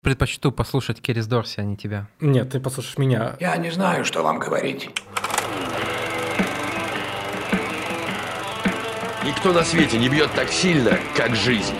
Предпочту послушать Керрис Дорси, а не тебя. Нет, ты послушаешь меня. Я не знаю, что вам говорить. Никто на свете не бьет так сильно, как жизнь.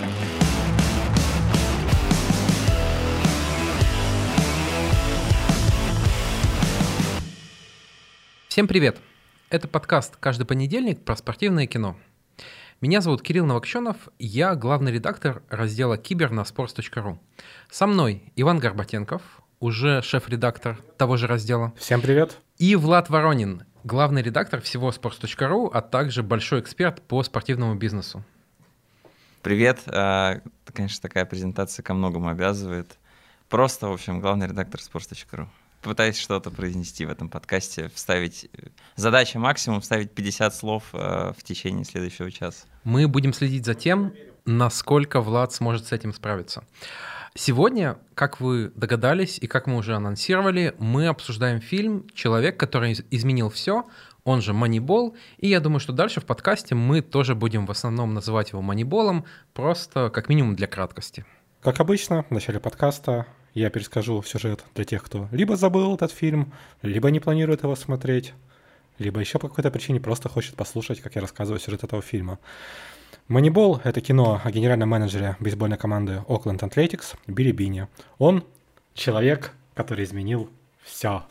Всем привет! Это подкаст «Каждый понедельник» про спортивное кино. Меня зовут Кирилл Новокщенов, я главный редактор раздела «Кибер» на sports.ru. Со мной Иван Горбатенков, уже шеф-редактор того же раздела. Всем привет. И Влад Воронин, главный редактор всего sports.ru, а также большой эксперт по спортивному бизнесу. Привет. Конечно, такая презентация ко многому обязывает. Просто, в общем, главный редактор sports.ru. Пытаюсь что-то произнести в этом подкасте, вставить... Задача максимум вставить 50 слов в течение следующего часа. Мы будем следить за тем, насколько Влад сможет с этим справиться. Сегодня, как вы догадались и как мы уже анонсировали, мы обсуждаем фильм «Человек, который изменил все», он же «Moneyball», и я думаю, что дальше в подкасте мы тоже будем в основном называть его «Moneyball'ом», просто как минимум для краткости. Как обычно, в начале подкаста я перескажу сюжет для тех, кто либо забыл этот фильм, либо не планирует его смотреть, либо еще по какой-то причине просто хочет послушать, как я рассказываю сюжет этого фильма. «Moneyball» — это кино о генеральном менеджере бейсбольной команды Oakland Athletics Билли Бинни. Он человек, который изменил все.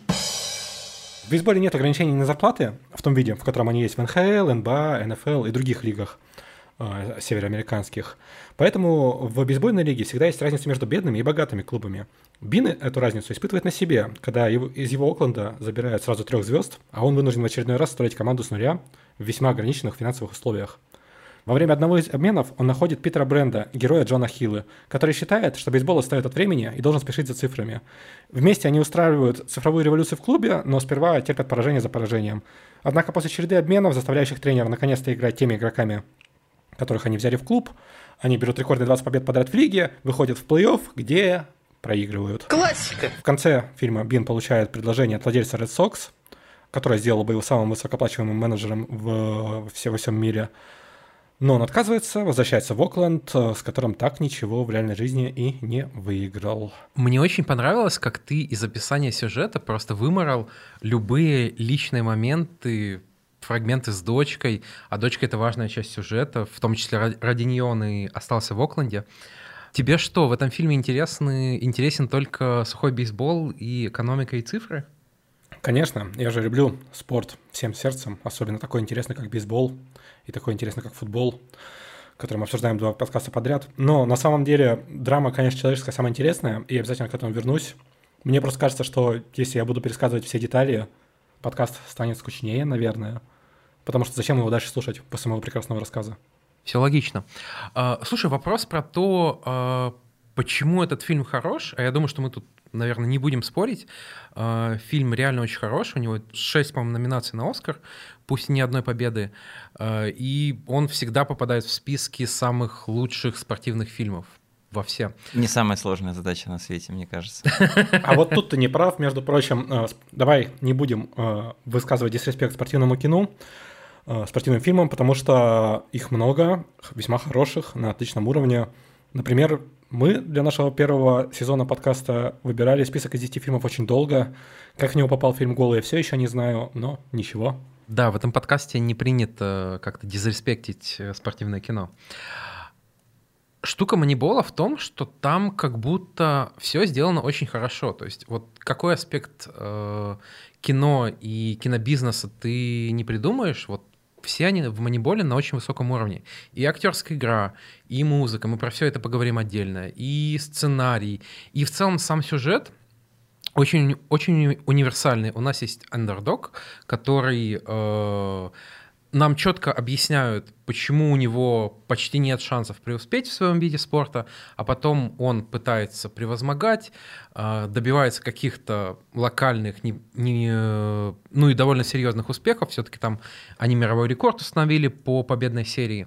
В бейсболе нет ограничений на зарплаты в том виде, в котором они есть в НХЛ, НБА, НФЛ и других лигах североамериканских. Поэтому в бейсбольной лиге всегда есть разница между бедными и богатыми клубами. Бинни эту разницу испытывает на себе, когда из его Окленда забирают сразу 3 звезд, а он вынужден в очередной раз строить команду с нуля в весьма ограниченных финансовых условиях. Во время одного из обменов он находит Питера Бренда, героя Джона Хилла, который считает, что бейсбол отстает от времени и должен спешить за цифрами. Вместе они устраивают цифровую революцию в клубе, но сперва терпят поражение за поражением. Однако после череды обменов, заставляющих тренера наконец-то играть теми игроками, которых они взяли в клуб, они берут рекордные 20 побед подряд в лиге, выходят в плей-офф, где проигрывают. Классика! В конце фильма Бин получает предложение от владельца Red Sox, которое сделало бы его самым высокооплачиваемым менеджером во всем мире. Но он отказывается, возвращается в Окленд, с которым так ничего в реальной жизни и не выиграл. Мне очень понравилось, как ты из описания сюжета просто выморал любые личные моменты, фрагменты с дочкой, а дочка — это важная часть сюжета, в том числе ради нее он и остался в Окленде. Тебе что, в этом фильме интересен только сухой бейсбол и экономика и цифры? Конечно, я же люблю спорт всем сердцем, особенно такой интересный, как бейсбол, и такой интересный, как футбол, который мы обсуждаем 2 подкаста подряд. Но на самом деле драма, конечно, человеческая самая интересная, и я обязательно к этому вернусь. Мне просто кажется, что если я буду пересказывать все детали, подкаст станет скучнее, наверное. Потому что зачем его дальше слушать после моего прекрасного рассказа? Все логично. Слушай, вопрос про то, почему этот фильм хорош, а я думаю, что мы тут, наверное, не будем спорить. Фильм реально очень хорош, у него 6, по-моему, номинаций на «Оскар», пусть ни одной победы, и он всегда попадает в списки самых лучших спортивных фильмов. Во все. Не самая сложная задача на свете, мне кажется. А вот тут ты не прав, между прочим. Давай не будем высказывать дисреспект спортивному кино, спортивным фильмам, потому что их много, весьма хороших, на отличном уровне. Например, мы для нашего первого сезона подкаста выбирали список из 10 фильмов очень долго. Как в него попал фильм «Голый», я все еще не знаю, но ничего. Да, в этом подкасте не принято как-то дизреспектить спортивное кино. Штука «Moneyball» в том, что там как будто все сделано очень хорошо. То есть вот какой аспект кино и кинобизнеса ты не придумаешь, вот все они в «Moneyball» на очень высоком уровне. И актерская игра, и музыка, мы про все это поговорим отдельно, и сценарий, и в целом сам сюжет очень, очень универсальный. У нас есть андердог, который... нам четко объясняют, почему у него почти нет шансов преуспеть в своем виде спорта, а потом он пытается превозмогать, добивается каких-то локальных, ну и довольно серьезных успехов. Все-таки там они мировой рекорд установили по победной серии.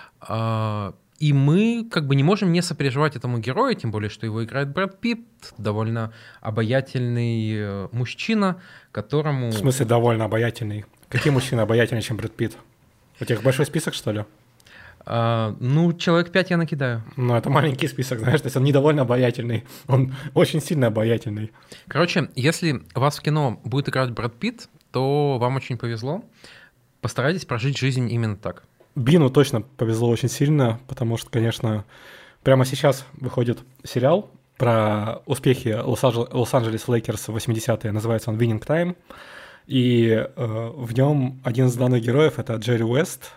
И мы как бы не можем не сопереживать этому герою, тем более, что его играет Брэд Питт, довольно обаятельный мужчина, которому... В смысле довольно обаятельный? Какие мужчины обаятельнее, чем Брэд Питт? У тебя большой список, что ли? Человек 5 я накидаю. Но это маленький список, знаешь, то есть он недовольно обаятельный, он очень сильно обаятельный. Короче, если вас в кино будет играть Брэд Питт, то вам очень повезло. Постарайтесь прожить жизнь именно так. Бину точно повезло очень сильно, потому что, конечно, прямо сейчас выходит сериал про успехи Лос-Анджелес Лейкерс в 80-е, называется он «Winning Time», и в нем один из главных героев — это Джерри Уэст,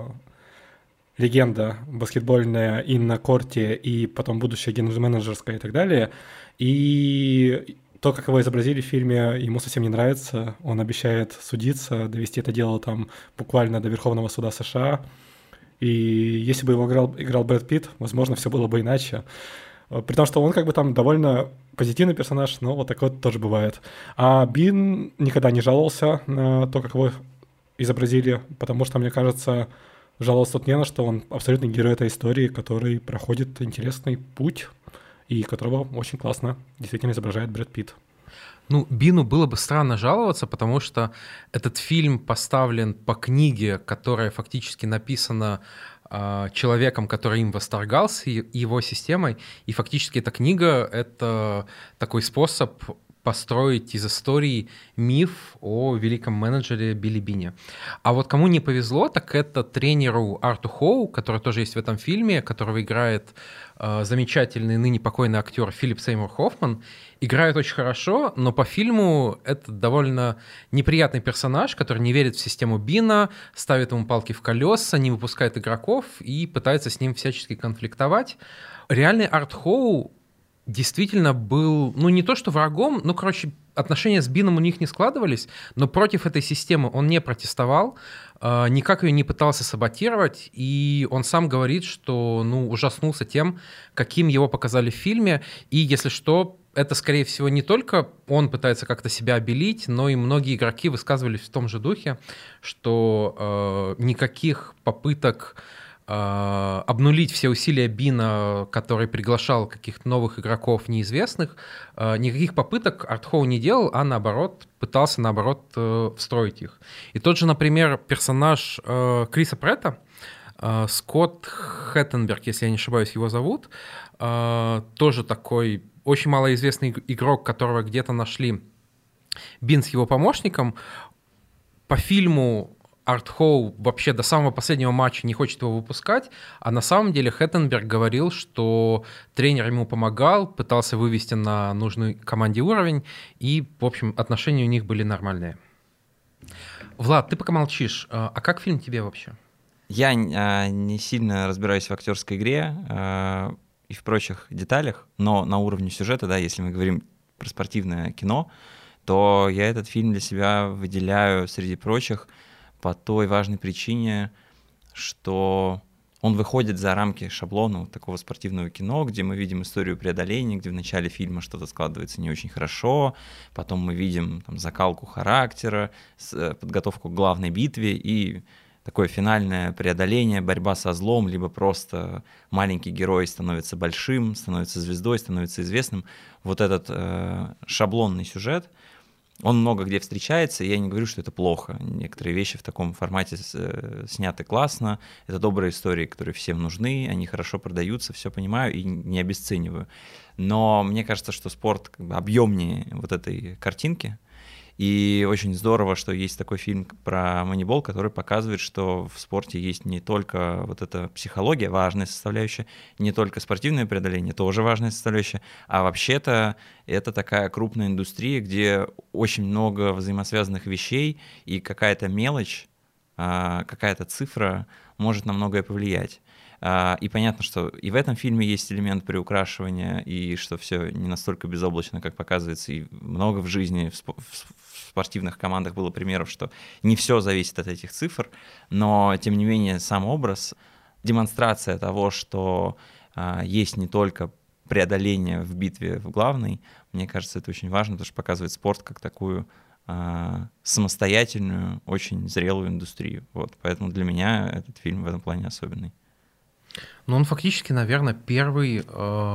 легенда баскетбольная и на корте, и потом будущее генерал-менеджерское и так далее. И то, как его изобразили в фильме, ему совсем не нравится. Он обещает судиться, довести это дело там буквально до Верховного суда США. И если бы его играл Брэд Питт, возможно, все было бы иначе. При том, что он как бы там довольно позитивный персонаж, но вот такое тоже бывает. А Бин никогда не жаловался на то, как его изобразили, потому что, мне кажется, жаловался тут не на что. Он абсолютный герой этой истории, который проходит интересный путь и которого очень классно действительно изображает Брэд Питт. Бину было бы странно жаловаться, потому что этот фильм поставлен по книге, которая фактически написана человеком, который им восторгался, его системой, и фактически эта книга — это такой способ построить из истории миф о великом менеджере Билли Бине. А вот кому не повезло, так это тренеру Арту Хоу, который тоже есть в этом фильме, которого играет замечательный ныне покойный актер Филипп Сеймур Хоффман. Играет очень хорошо, но по фильму это довольно неприятный персонаж, который не верит в систему Бина, ставит ему палки в колеса, не выпускает игроков и пытается с ним всячески конфликтовать. Реальный Арт Хоу действительно был, не то что врагом, отношения с Бином у них не складывались, но против этой системы он не протестовал, никак ее не пытался саботировать, и он сам говорит, что, ужаснулся тем, каким его показали в фильме, и, если что, это, скорее всего, не только он пытается как-то себя обелить, но и многие игроки высказывались в том же духе, что никаких попыток обнулить все усилия Бина, который приглашал каких-то новых игроков неизвестных, никаких попыток Арт Хоу не делал, а пытался встроить их. И тот же, например, персонаж Криса Претта, Скотт Хэттенберг, если я не ошибаюсь, его зовут, тоже такой очень малоизвестный игрок, которого где-то нашли Бин с его помощником. По фильму Арт Хоу вообще до самого последнего матча не хочет его выпускать, а на самом деле Хэттенберг говорил, что тренер ему помогал, пытался вывести на нужный команде уровень, и, в общем, отношения у них были нормальные. Влад, ты пока молчишь. А как фильм тебе вообще? Я не сильно разбираюсь в актерской игре и в прочих деталях, но на уровне сюжета, да, если мы говорим про спортивное кино, то я этот фильм для себя выделяю среди прочих по той важной причине, что он выходит за рамки шаблона такого спортивного кино, где мы видим историю преодоления, где в начале фильма что-то складывается не очень хорошо, потом мы видим закалку характера, подготовку к главной битве и такое финальное преодоление, борьба со злом, либо просто маленький герой становится большим, становится звездой, становится известным. Вот этот шаблонный сюжет, он много где встречается, и я не говорю, что это плохо. Некоторые вещи в таком формате сняты классно. Это добрые истории, которые всем нужны, они хорошо продаются, все понимаю и не обесцениваю. Но мне кажется, что спорт объемнее вот этой картинки. И очень здорово, что есть такой фильм про Moneyball, который показывает, что в спорте есть не только вот эта психология, важная составляющая, не только спортивное преодоление, тоже важная составляющая, а вообще-то это такая крупная индустрия, где очень много взаимосвязанных вещей, и какая-то мелочь, какая-то цифра может на многое повлиять. И понятно, что и в этом фильме есть элемент приукрашивания, и что все не настолько безоблачно, как показывается, и много в жизни, в спортивных командах было примеров, что не все зависит от этих цифр, но, тем не менее, сам образ, демонстрация того, что есть не только преодоление в битве в главной, мне кажется, это очень важно, потому что показывает спорт как такую самостоятельную, очень зрелую индустрию. Вот, поэтому для меня этот фильм в этом плане особенный. Он фактически, наверное, первый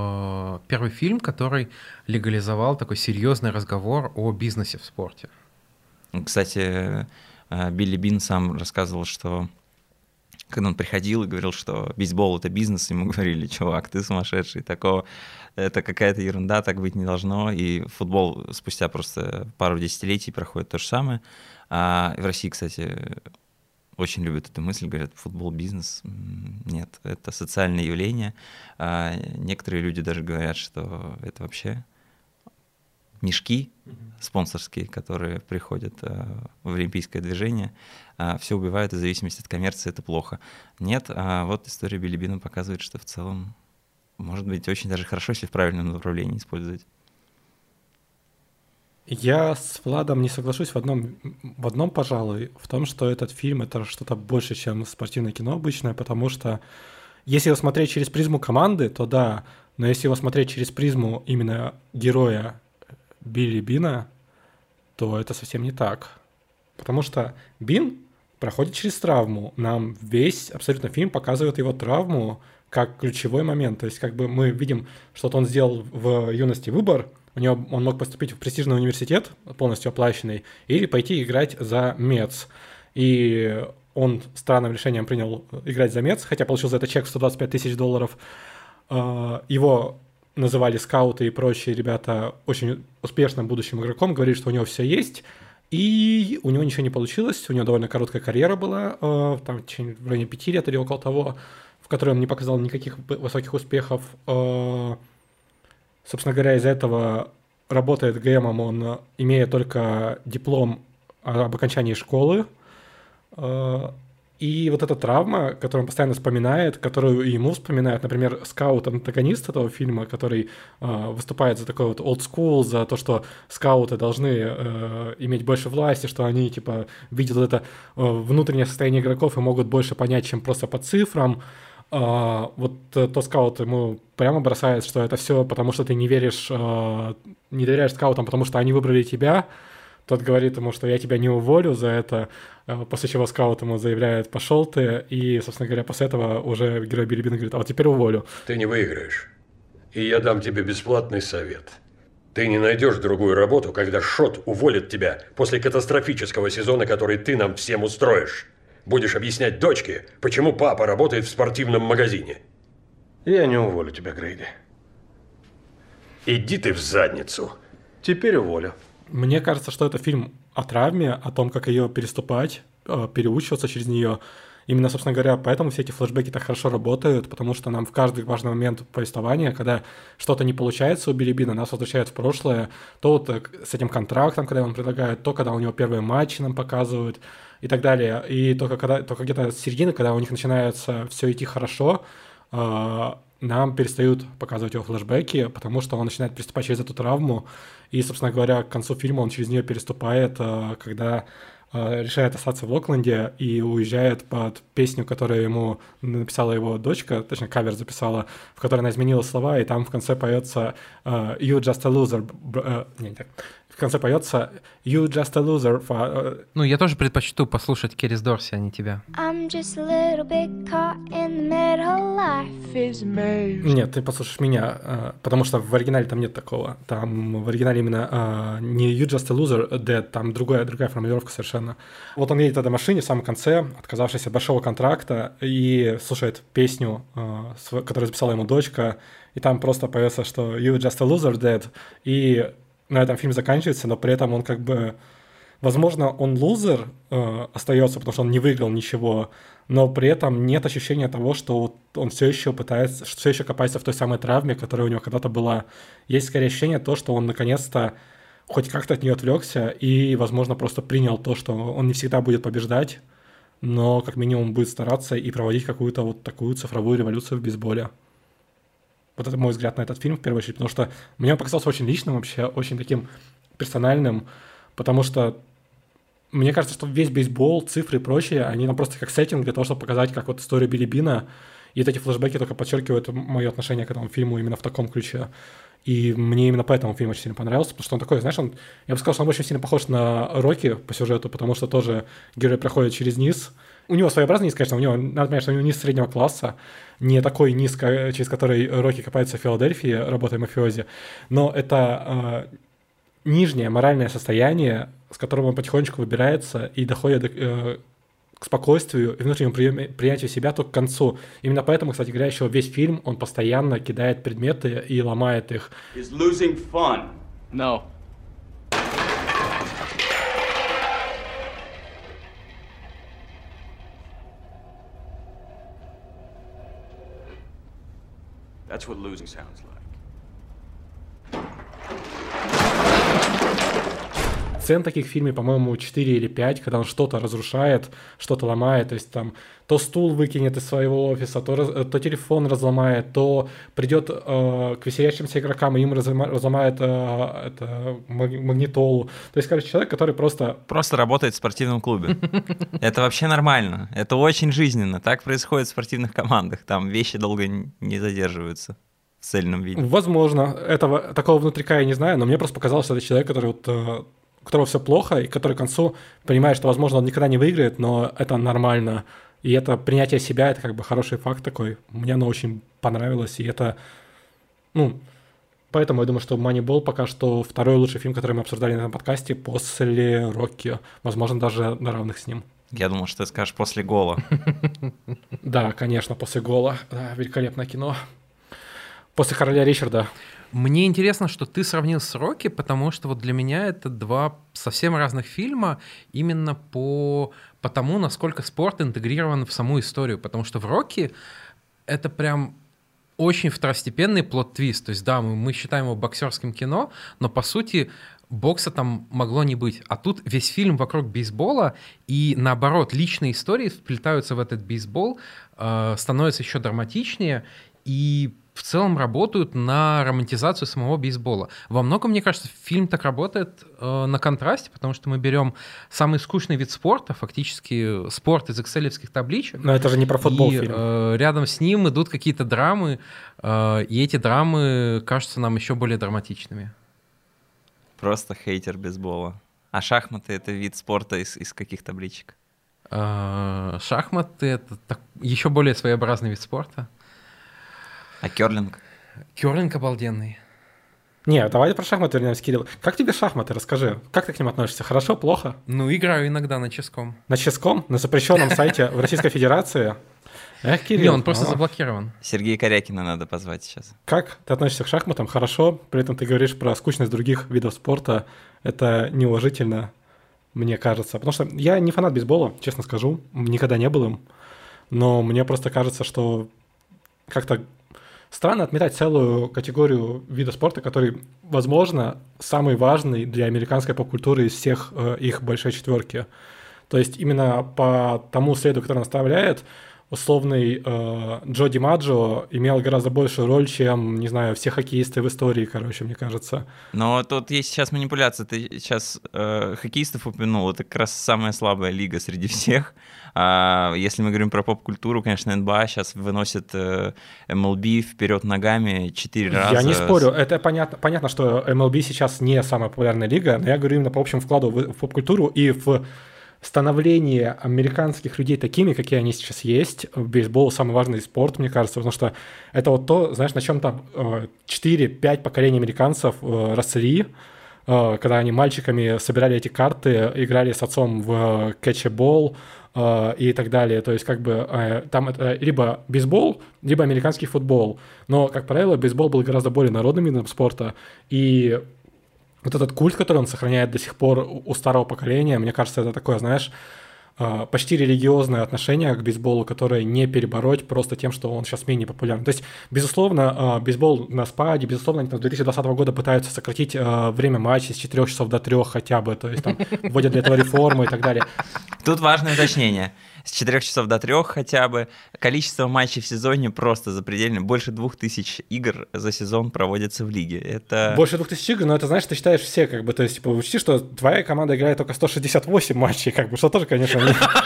фильм, который легализовал такой серьезный разговор о бизнесе в спорте. Кстати, Билли Бин сам рассказывал, что Когда он приходил и говорил, что бейсбол — это бизнес, ему говорили: чувак, ты сумасшедший, такого, это какая-то ерунда, так быть не должно. И футбол спустя просто пару десятилетий проходит то же самое. А в России, кстати, очень любят эту мысль, говорят: футбол — бизнес. Нет, это социальное явление. А некоторые люди даже говорят, что это вообще мешки спонсорские, которые приходят в олимпийское движение, все убивают, и в зависимости от коммерции это плохо. Нет, а вот история Билибина показывает, что в целом может быть очень даже хорошо, если в правильном направлении использовать. Я с Владом не соглашусь в одном, пожалуй, в том, что этот фильм — это что-то больше, чем спортивное кино обычное, потому что если его смотреть через призму команды, то да, но если его смотреть через призму именно героя Билли Бина, то это совсем не так. Потому что Бин проходит через травму. Нам весь абсолютно фильм показывает его травму как ключевой момент. То есть как бы мы видим, что он сделал в юности выбор. Он мог поступить в престижный университет, полностью оплаченный, или пойти играть за Мец. И он странным решением принял играть за Мец, хотя получил за это чек в $125 000. Его называли скауты и прочие ребята очень успешным будущим игроком, говорили, что у него все есть, и у него ничего не получилось, у него довольно короткая карьера была, там в районе 5 лет или около того, в которой он не показал никаких высоких успехов. Собственно говоря, из-за этого работает ГМом он, имея только диплом об окончании школы. И вот эта травма, которую он постоянно вспоминает, которую ему вспоминают, например, скаут-антагонист этого фильма, который выступает за такой вот old school, за то, что скауты должны иметь больше власти, что они типа видят вот это внутреннее состояние игроков и могут больше понять, чем просто по цифрам. Вот то скаут ему прямо бросает, что это все потому, что ты не доверяешь скаутам, потому что они выбрали тебя. Тот говорит ему, что я тебя не уволю за это, после чего скаут ему заявляет: пошел ты, и, собственно говоря, после этого уже герой Билли Бина говорит: а вот теперь уволю. Ты не выиграешь. И я дам тебе бесплатный совет. Ты не найдешь другую работу, когда Шот уволит тебя после катастрофического сезона, который ты нам всем устроишь. Будешь объяснять дочке, почему папа работает в спортивном магазине. Я не уволю тебя, Грейди. Иди ты в задницу. Теперь уволю. Мне кажется, что это фильм о травме, о том, как ее переступать, переучиваться через нее. Именно, собственно говоря, поэтому все эти флешбеки так хорошо работают, потому что нам в каждый важный момент повествования, когда что-то не получается у Билли Бина, нас возвращают в прошлое, то вот с этим контрактом, когда он предлагает, то когда у него первые матчи нам показывают и так далее. И только где-то с середины, когда у них начинается все идти хорошо, нам перестают показывать его флешбеки, потому что он начинает переступать через эту травму, и, собственно говоря, к концу фильма он через нее переступает, когда решает остаться в Окленде и уезжает под песню, которую ему написала его дочка, точнее, кавер записала, в которой она изменила слова, и там в конце поется «You just a loser». Не так. В конце поется «You just a loser». Ну, я тоже предпочту послушать Керрис Дорси, а не тебя. I'm just a little bit caught in the middle. Life is made. Нет, ты послушаешь меня, потому что в оригинале там нет такого. Там в оригинале именно не «You just a loser, dead», там другая формулировка совершенно. Вот он едет в этой машине в самом конце, отказавшись от большого контракта, и слушает песню, которую записала ему дочка, и там просто поется, что «You just a loser, dead», и на этом фильм заканчивается, но при этом он как бы... Возможно, он лузер остается, потому что он не выиграл ничего, но при этом нет ощущения того, что он все еще пытается, все еще копается в той самой травме, которая у него когда-то была. Есть скорее ощущение то, что он наконец-то хоть как-то от нее отвлекся и, возможно, просто принял то, что он не всегда будет побеждать, но как минимум будет стараться и проводить какую-то вот такую цифровую революцию в бейсболе. Вот это мой взгляд на этот фильм, в первую очередь, потому что мне он показался очень личным вообще, очень таким персональным, потому что мне кажется, что весь бейсбол, цифры и прочее, они просто как сеттинг для того, чтобы показать, как вот историю Билли Бина, и вот эти флешбеки только подчеркивают мое отношение к этому фильму именно в таком ключе. И мне именно поэтому фильм очень сильно понравился, потому что он такой, знаешь, я бы сказал, что он очень сильно похож на Рокки по сюжету, потому что тоже герой проходит через низ. У него своеобразный низ, конечно, надо понять, что у него низ среднего класса, не такой низ, через который Рокки копается в Филадельфии, работая мафиози, но это нижнее моральное состояние, с которого он потихонечку выбирается и доходит к спокойствию и внутреннему принятию себя только к концу. Именно поэтому, кстати говоря, еще весь фильм, он постоянно кидает предметы и ломает их. Is losing fun? No. That's what losing sounds like. Сцен таких в фильме, по-моему, 4 или 5, когда он что-то разрушает, что-то ломает, то есть там то стул выкинет из своего офиса, то телефон разломает, то придет к веселящимся игрокам и им разломает магнитолу. То есть, короче, человек, который просто... Просто работает в спортивном клубе. Это вообще нормально. Это очень жизненно. Так происходит в спортивных командах. Там вещи долго не задерживаются в цельном виде. Возможно. Такого внутрика я не знаю, но мне просто показалось, что это человек, который у которого все плохо, и который к концу понимает, что, возможно, он никогда не выиграет, но это нормально. И это принятие себя, это как бы хороший факт такой. Мне оно очень понравилось, и это... Поэтому я думаю, что Moneyball пока что второй лучший фильм, который мы обсуждали на этом подкасте после Рокки. Возможно, даже на равных с ним. Я думал, что ты скажешь после Гола. Да, конечно, после Гола. Да, великолепное кино. После Короля Ричарда. Мне интересно, что ты сравнил с Рокки, потому что вот для меня это два совсем разных фильма именно по тому, насколько спорт интегрирован в саму историю. Потому что в Рокки это прям очень второстепенный плот-твист. То есть да, мы считаем его боксерским кино, но по сути бокса там могло не быть. А тут весь фильм вокруг бейсбола, и наоборот, личные истории вплетаются в этот бейсбол, становятся еще драматичнее, и в целом работают на романтизацию самого бейсбола. Во многом, мне кажется, фильм так работает на контрасте, потому что мы берем самый скучный вид спорта, фактически спорт из экселевских табличек. Но это же не про футбол фильм. Рядом с ним идут какие-то драмы, и эти драмы кажутся нам еще более драматичными. Просто хейтер бейсбола. А шахматы — это вид спорта из каких табличек? Шахматы — это еще более своеобразный вид спорта. А керлинг? Керлинг обалденный. Не, давай про шахматы вернемся, Кирилл. Как тебе шахматы? Расскажи. Как ты к ним относишься? Хорошо, плохо? Играю иногда на ческом. На ческом? На запрещенном сайте в Российской Федерации? Кирилл. Не, он просто заблокирован. Сергея Корякина надо позвать сейчас. Как ты относишься к шахматам? Хорошо. При этом ты говоришь про скучность других видов спорта. Это неуважительно, мне кажется. Потому что я не фанат бейсбола, честно скажу. Никогда не был им. Но мне просто кажется, что как-то странно отметать целую категорию вида спорта, который, возможно, самый важный для американской поп-культуры из всех их большой четверки. То есть именно по тому следу, который он оставляет, условный Джо Димаджо имел гораздо большую роль, чем, не знаю, все хоккеисты в истории, короче, мне кажется. Но тут есть сейчас манипуляция. Ты сейчас хоккеистов упомянул. Это как раз самая слабая лига среди всех. Если мы говорим про поп-культуру, конечно, НБА сейчас выносит MLB вперед ногами 4 раза. Я не спорю. Это понятно, что MLB сейчас не самая популярная лига, но я говорю именно по общему вкладу в поп-культуру и в становление американских людей такими, какие они сейчас есть. Бейсбол — самый важный спорт, мне кажется, потому что это вот то, знаешь, на чем там 4-5 поколений американцев росли, когда они мальчиками собирали эти карты, играли с отцом в кэтчебол и так далее. То есть как бы там это либо бейсбол, либо американский футбол. Но, как правило, бейсбол был гораздо более народным видом спорта, и вот этот культ, который он сохраняет до сих пор у старого поколения, мне кажется, это такое, знаешь, почти религиозное отношение к бейсболу, которое не перебороть просто тем, что он сейчас менее популярен. То есть, безусловно, бейсбол на спаде, безусловно, они с 2020 года пытаются сократить время матчей с 4 часов до 3 хотя бы, то есть там вводят для этого реформы и так далее. Тут важное уточнение. С 4 часов до 3 хотя бы. Количество матчей в сезоне просто запредельно. Больше 2000 игр за сезон проводится в лиге. Это... Больше 2000 игр, но это, знаешь, ты считаешь все, как бы, то есть, типа, учти, что твоя команда играет только 168 матчей, как бы, что тоже, конечно,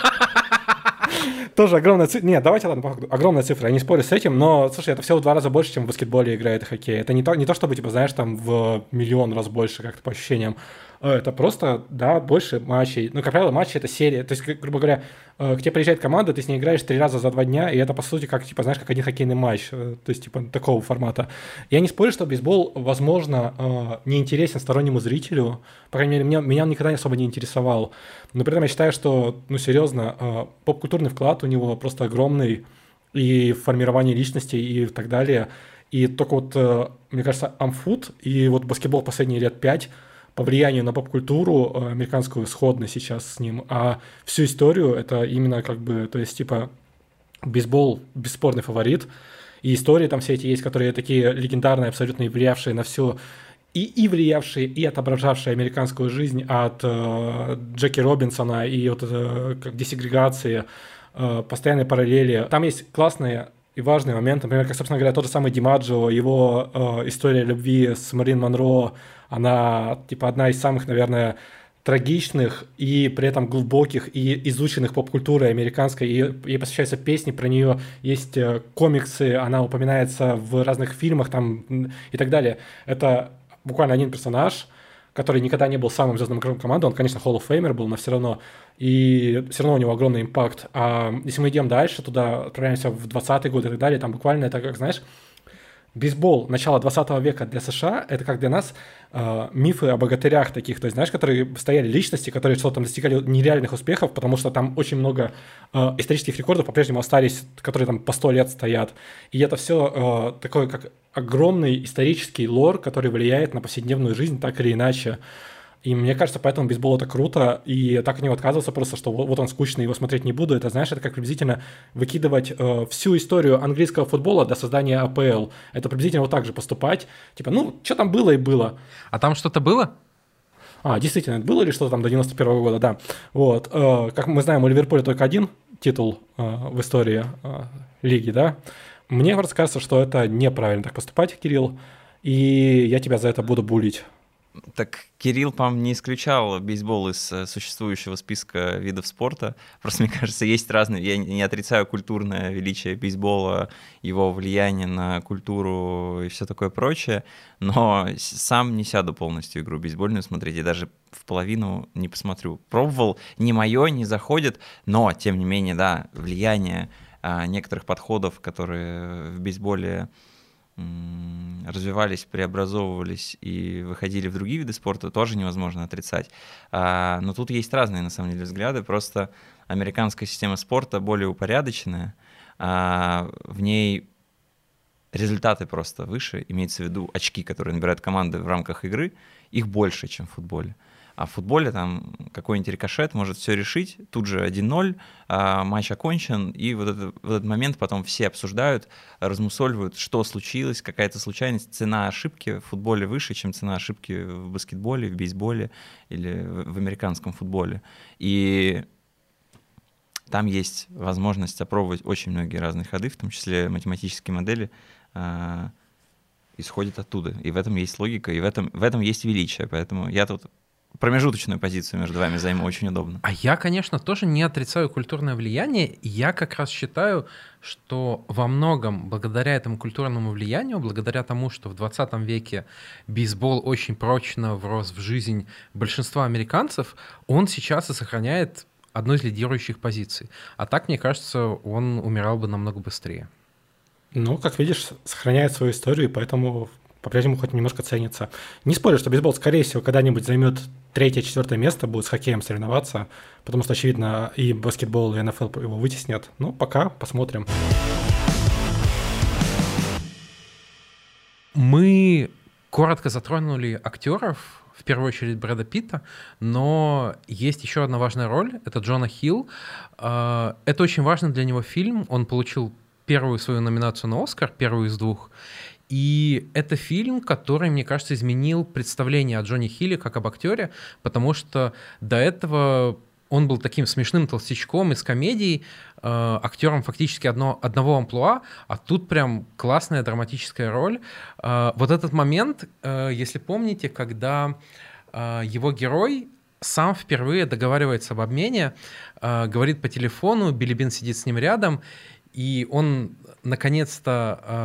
тоже огромная цифра. Нет, давайте, ладно, огромная цифра, я не спорю с этим, но, слушай, это всего в 2 раза больше, чем в баскетболе играет хоккей. Это не то, чтобы, типа, знаешь, там в миллион раз больше, как-то по ощущениям. это просто, да, больше матчей. Ну, как правило, матчи — это серия. То есть, грубо говоря, к тебе приезжает команда, ты с ней играешь 3 раза за 2 дня, и это, по сути, как, типа, знаешь, как один хоккейный матч. То есть, типа, такого формата. Я не спорю, что бейсбол, возможно, не интересен стороннему зрителю. По крайней мере, меня он никогда особо не интересовал. Но при этом я считаю, что, ну, серьезно, поп-культурный вклад у него просто огромный и в формировании личности, и так далее. И только вот, мне кажется, амфут и вот баскетбол последние лет 5 по влиянию на поп-культуру американскую сходны сейчас с ним, а всю историю это именно как бы, то есть типа бейсбол бесспорный фаворит, и истории там все эти есть, которые такие легендарные, абсолютно влиявшие на всю, и влиявшие, и отображавшие американскую жизнь от Джеки Робинсона и от как десегрегации, постоянные параллели. Там есть классные и важный момент, например, как, собственно говоря, тот же самый Димаджо, его история любви с Мэрилин Монро, она, типа, одна из самых, наверное, трагичных и при этом глубоких и изученных поп-культурой американской, и ей посвящаются песни про нее, есть комиксы, она упоминается в разных фильмах там и так далее. Это буквально один персонаж, который никогда не был самым звездным игроком команды, он, конечно, Hall of Famer был, но все равно у него огромный импакт. А если мы идем дальше, туда отправляемся в 20-е годы и так далее, там буквально это, как, знаешь, бейсбол начала 20 века для США, это как для нас мифы о богатырях таких, то есть, знаешь, которые стояли личности, которые что-то там достигали нереальных успехов, потому что там очень много исторических рекордов по-прежнему остались, которые там по 100 лет стоят. И это все такое, как огромный исторический лор, который влияет на повседневную жизнь так или иначе. И мне кажется, поэтому бейсбол — это круто, и так от него отказываться просто, что вот он скучный, его смотреть не буду. Это, знаешь, это как приблизительно выкидывать всю историю английского футбола для создания АПЛ. Это приблизительно вот так же поступать. Типа, ну, что там было и было. А там что-то было? Действительно, было ли что-то там до 91-го года, да. Вот. Как мы знаем, у Ливерпуля только один титул в истории лиги, да. Мне просто кажется, что это неправильно так поступать, Кирилл, и я тебя за это буду булить. Так Кирилл, по-моему, не исключал бейсбол из существующего списка видов спорта. Просто, мне кажется, есть разные... Я не отрицаю культурное величие бейсбола, его влияние на культуру и все такое прочее, но сам не сяду полностью игру бейсбольную смотреть, и даже в половину не посмотрю. Пробовал, не мое, не заходит, но, тем не менее, да, влияние некоторых подходов, которые в бейсболе развивались, преобразовывались и выходили в другие виды спорта, тоже невозможно отрицать. Но тут есть разные, на самом деле, взгляды. Просто американская система спорта более упорядоченная, в ней результаты просто выше, имеется в виду очки, которые набирают команды в рамках игры, их больше, чем в футболе. А в футболе там какой-нибудь рикошет может все решить, тут же 1-0, матч окончен, и в этот момент потом все обсуждают, размусоливают, что случилось, какая-то случайность, цена ошибки в футболе выше, чем цена ошибки в баскетболе, в бейсболе или в американском футболе. И там есть возможность опробовать очень многие разные ходы, в том числе математические модели, исходят оттуда. И в этом есть логика, и в этом есть величие. Поэтому я тут промежуточную позицию между вами займу, очень удобно. А я, конечно, тоже не отрицаю культурное влияние. Я как раз считаю, что во многом благодаря этому культурному влиянию, благодаря тому, что в 20 веке бейсбол очень прочно врос в жизнь большинства американцев, он сейчас и сохраняет одну из лидирующих позиций. А так, мне кажется, он умирал бы намного быстрее. Ну, как видишь, сохраняет свою историю, и поэтому по-прежнему хоть немножко ценится. Не спорю, что бейсбол, скорее всего, когда-нибудь займет 3-4 место, будет с хоккеем соревноваться, потому что, очевидно, и баскетбол, и НФЛ его вытеснят. Ну, пока, посмотрим. Мы коротко затронули актеров, в первую очередь Брэда Питта, но есть еще одна важная роль, это Джона Хилл. Это очень важный для него фильм, он получил первую свою номинацию на «Оскар», первую из 2, и это фильм, который, мне кажется, изменил представление о Джоне Хилле как об актере, потому что до этого он был таким смешным толстячком из комедий, актером фактически одного амплуа, а тут прям классная драматическая роль. Вот этот момент, если помните, когда его герой сам впервые договаривается об обмене, говорит по телефону, Билли Бин сидит с ним рядом, и он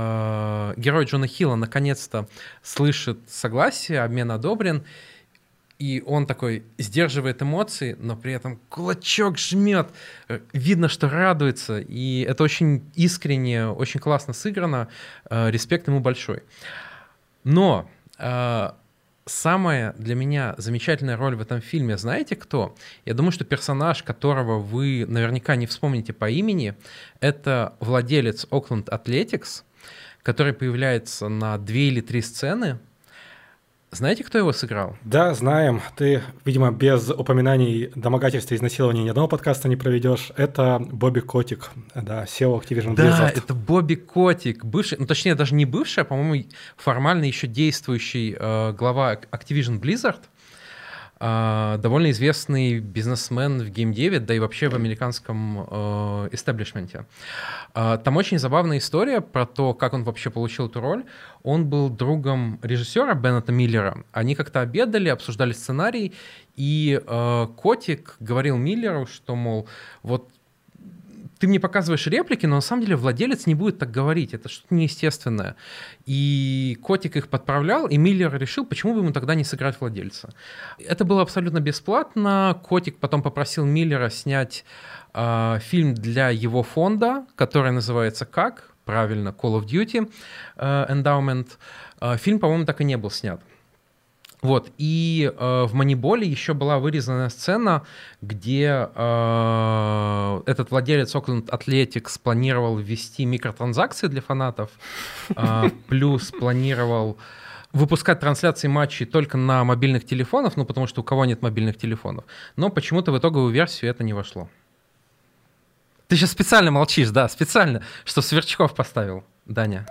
наконец-то, герой Джона Хилла наконец-то слышит согласие, обмен одобрен, И он такой сдерживает эмоции, но при этом кулачок жмет. Видно, что радуется. И это очень искренне, очень классно сыграно. Респект ему большой. Но самая для меня замечательная роль в этом фильме, знаете кто? Я думаю, что персонаж, которого вы наверняка не вспомните по имени, это владелец Oakland Athletics, который появляется на 2 или 3 сцены. Знаете, кто его сыграл? Да, знаем. Ты, видимо, без упоминаний домогательства и изнасилования ни одного подкаста не проведешь. Это Бобби Котик, да, SEO Activision Blizzard. Да, это Бобби Котик, бывший, ну точнее даже не бывший, а, по-моему, формально еще действующий глава Activision Blizzard. Довольно известный бизнесмен в геймдеве, да и вообще в американском эстаблишменте. Там очень забавная история про то, как он вообще получил эту роль. Он был другом режиссера Беннета Миллера. Они как-то обедали, обсуждали сценарий, и Котик говорил Миллеру, что, мол, вот ты мне показываешь реплики, но на самом деле владелец не будет так говорить, это что-то неестественное. И Котик их подправлял, и Миллер решил, почему бы ему тогда не сыграть владельца. Это было абсолютно бесплатно. Котик потом попросил Миллера снять фильм для его фонда, который называется как? Правильно, Call of Duty Endowment. Фильм, по-моему, так и не был снят. Вот, и в «Маниболе» еще была вырезанная сцена, где этот владелец Oakland Athletics планировал ввести микротранзакции для фанатов, плюс планировал выпускать трансляции матчей только на мобильных телефонах, ну, потому что у кого нет мобильных телефонов. Но почему-то в итоговую версию это не вошло. Ты сейчас специально молчишь, да, специально, что Сверчков поставил, Даня.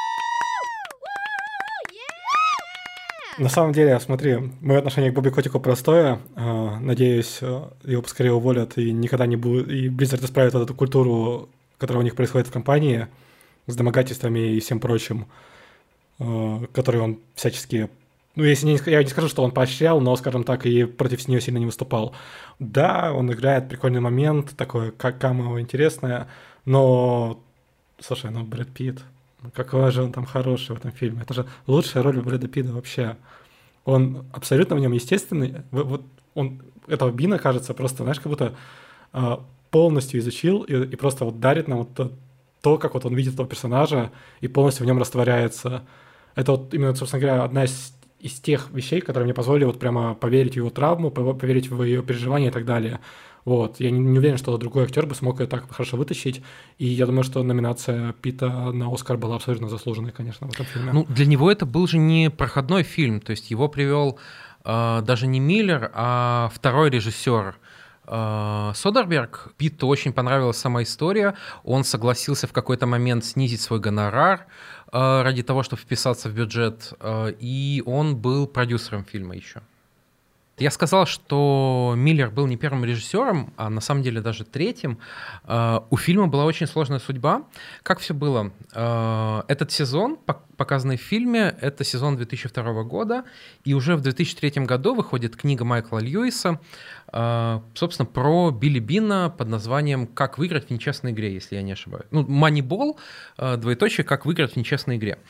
На самом деле, смотри, мое отношение к Бобби Котику простое. Надеюсь, его поскорее уволят и никогда не будет. И Blizzard исправит эту культуру, которая у них происходит в компании, с домогательствами и всем прочим, которые он всячески. Ну, я не скажу, что он поощрял, но, скажем так, и против нее сильно не выступал. Да, он играет прикольный момент, такое камео интересное, но, слушай, Брэд Питт. Какой же он там хороший в этом фильме. Это же лучшая роль Брэда Питта вообще. Он абсолютно в нем естественный. Вот он этого Бина, кажется, просто, знаешь, как будто полностью изучил и просто вот дарит нам вот то, как вот он видит этого персонажа и полностью в нем растворяется. Это вот именно, собственно говоря, одна из тех вещей, которые мне позволили вот прямо поверить в его травму, поверить в ее переживания и так далее. Вот. Я не уверен, что другой актер бы смог ее так хорошо вытащить. И я думаю, что номинация Питта на Оскар была абсолютно заслуженной, конечно, в этом фильме. Ну, для него это был же не проходной фильм. То есть его привел даже не Миллер, а второй режиссер Содерберг. Питту очень понравилась сама история. Он согласился в какой-то момент снизить свой гонорар ради того, чтобы вписаться в бюджет. И он был продюсером фильма еще. Я сказал, что Миллер был не первым режиссером, а на самом деле даже третьим. У фильма была очень сложная судьба. Как все было? Этот сезон, показанный в фильме, это сезон 2002 года, и уже в 2003 году выходит книга Майкла Льюиса, собственно, про Билли Бина под названием «Как выиграть в нечестной игре», если я не ошибаюсь. Ну, Moneyball, двоеточие, «Как выиграть в нечестной игре».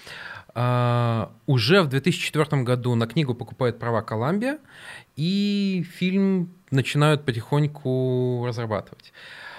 Уже в 2004 году на книгу покупает права Columbia, и фильм начинают потихоньку разрабатывать.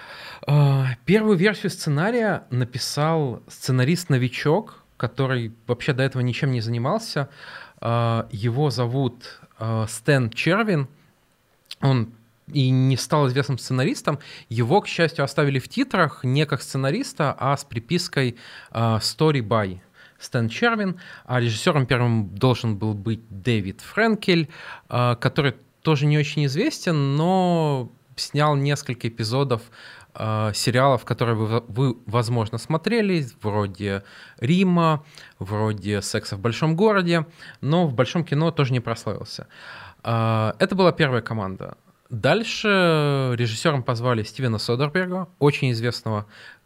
Первую версию сценария написал сценарист-новичок, который вообще до этого ничем не занимался. Его зовут Стэн Червин. Он и не стал известным сценаристом. Его, к счастью, оставили в титрах не как сценариста, а с припиской «Story by». Стэн Червин, а режиссером первым должен был быть Дэвид Френкель, который тоже не очень известен, но снял несколько эпизодов сериалов, которые вы, возможно, смотрели, вроде «Рима», вроде «Секса в большом городе», но в большом кино тоже не прославился. Это была первая команда. Дальше режиссером позвали Стивена Содерберга, очень известного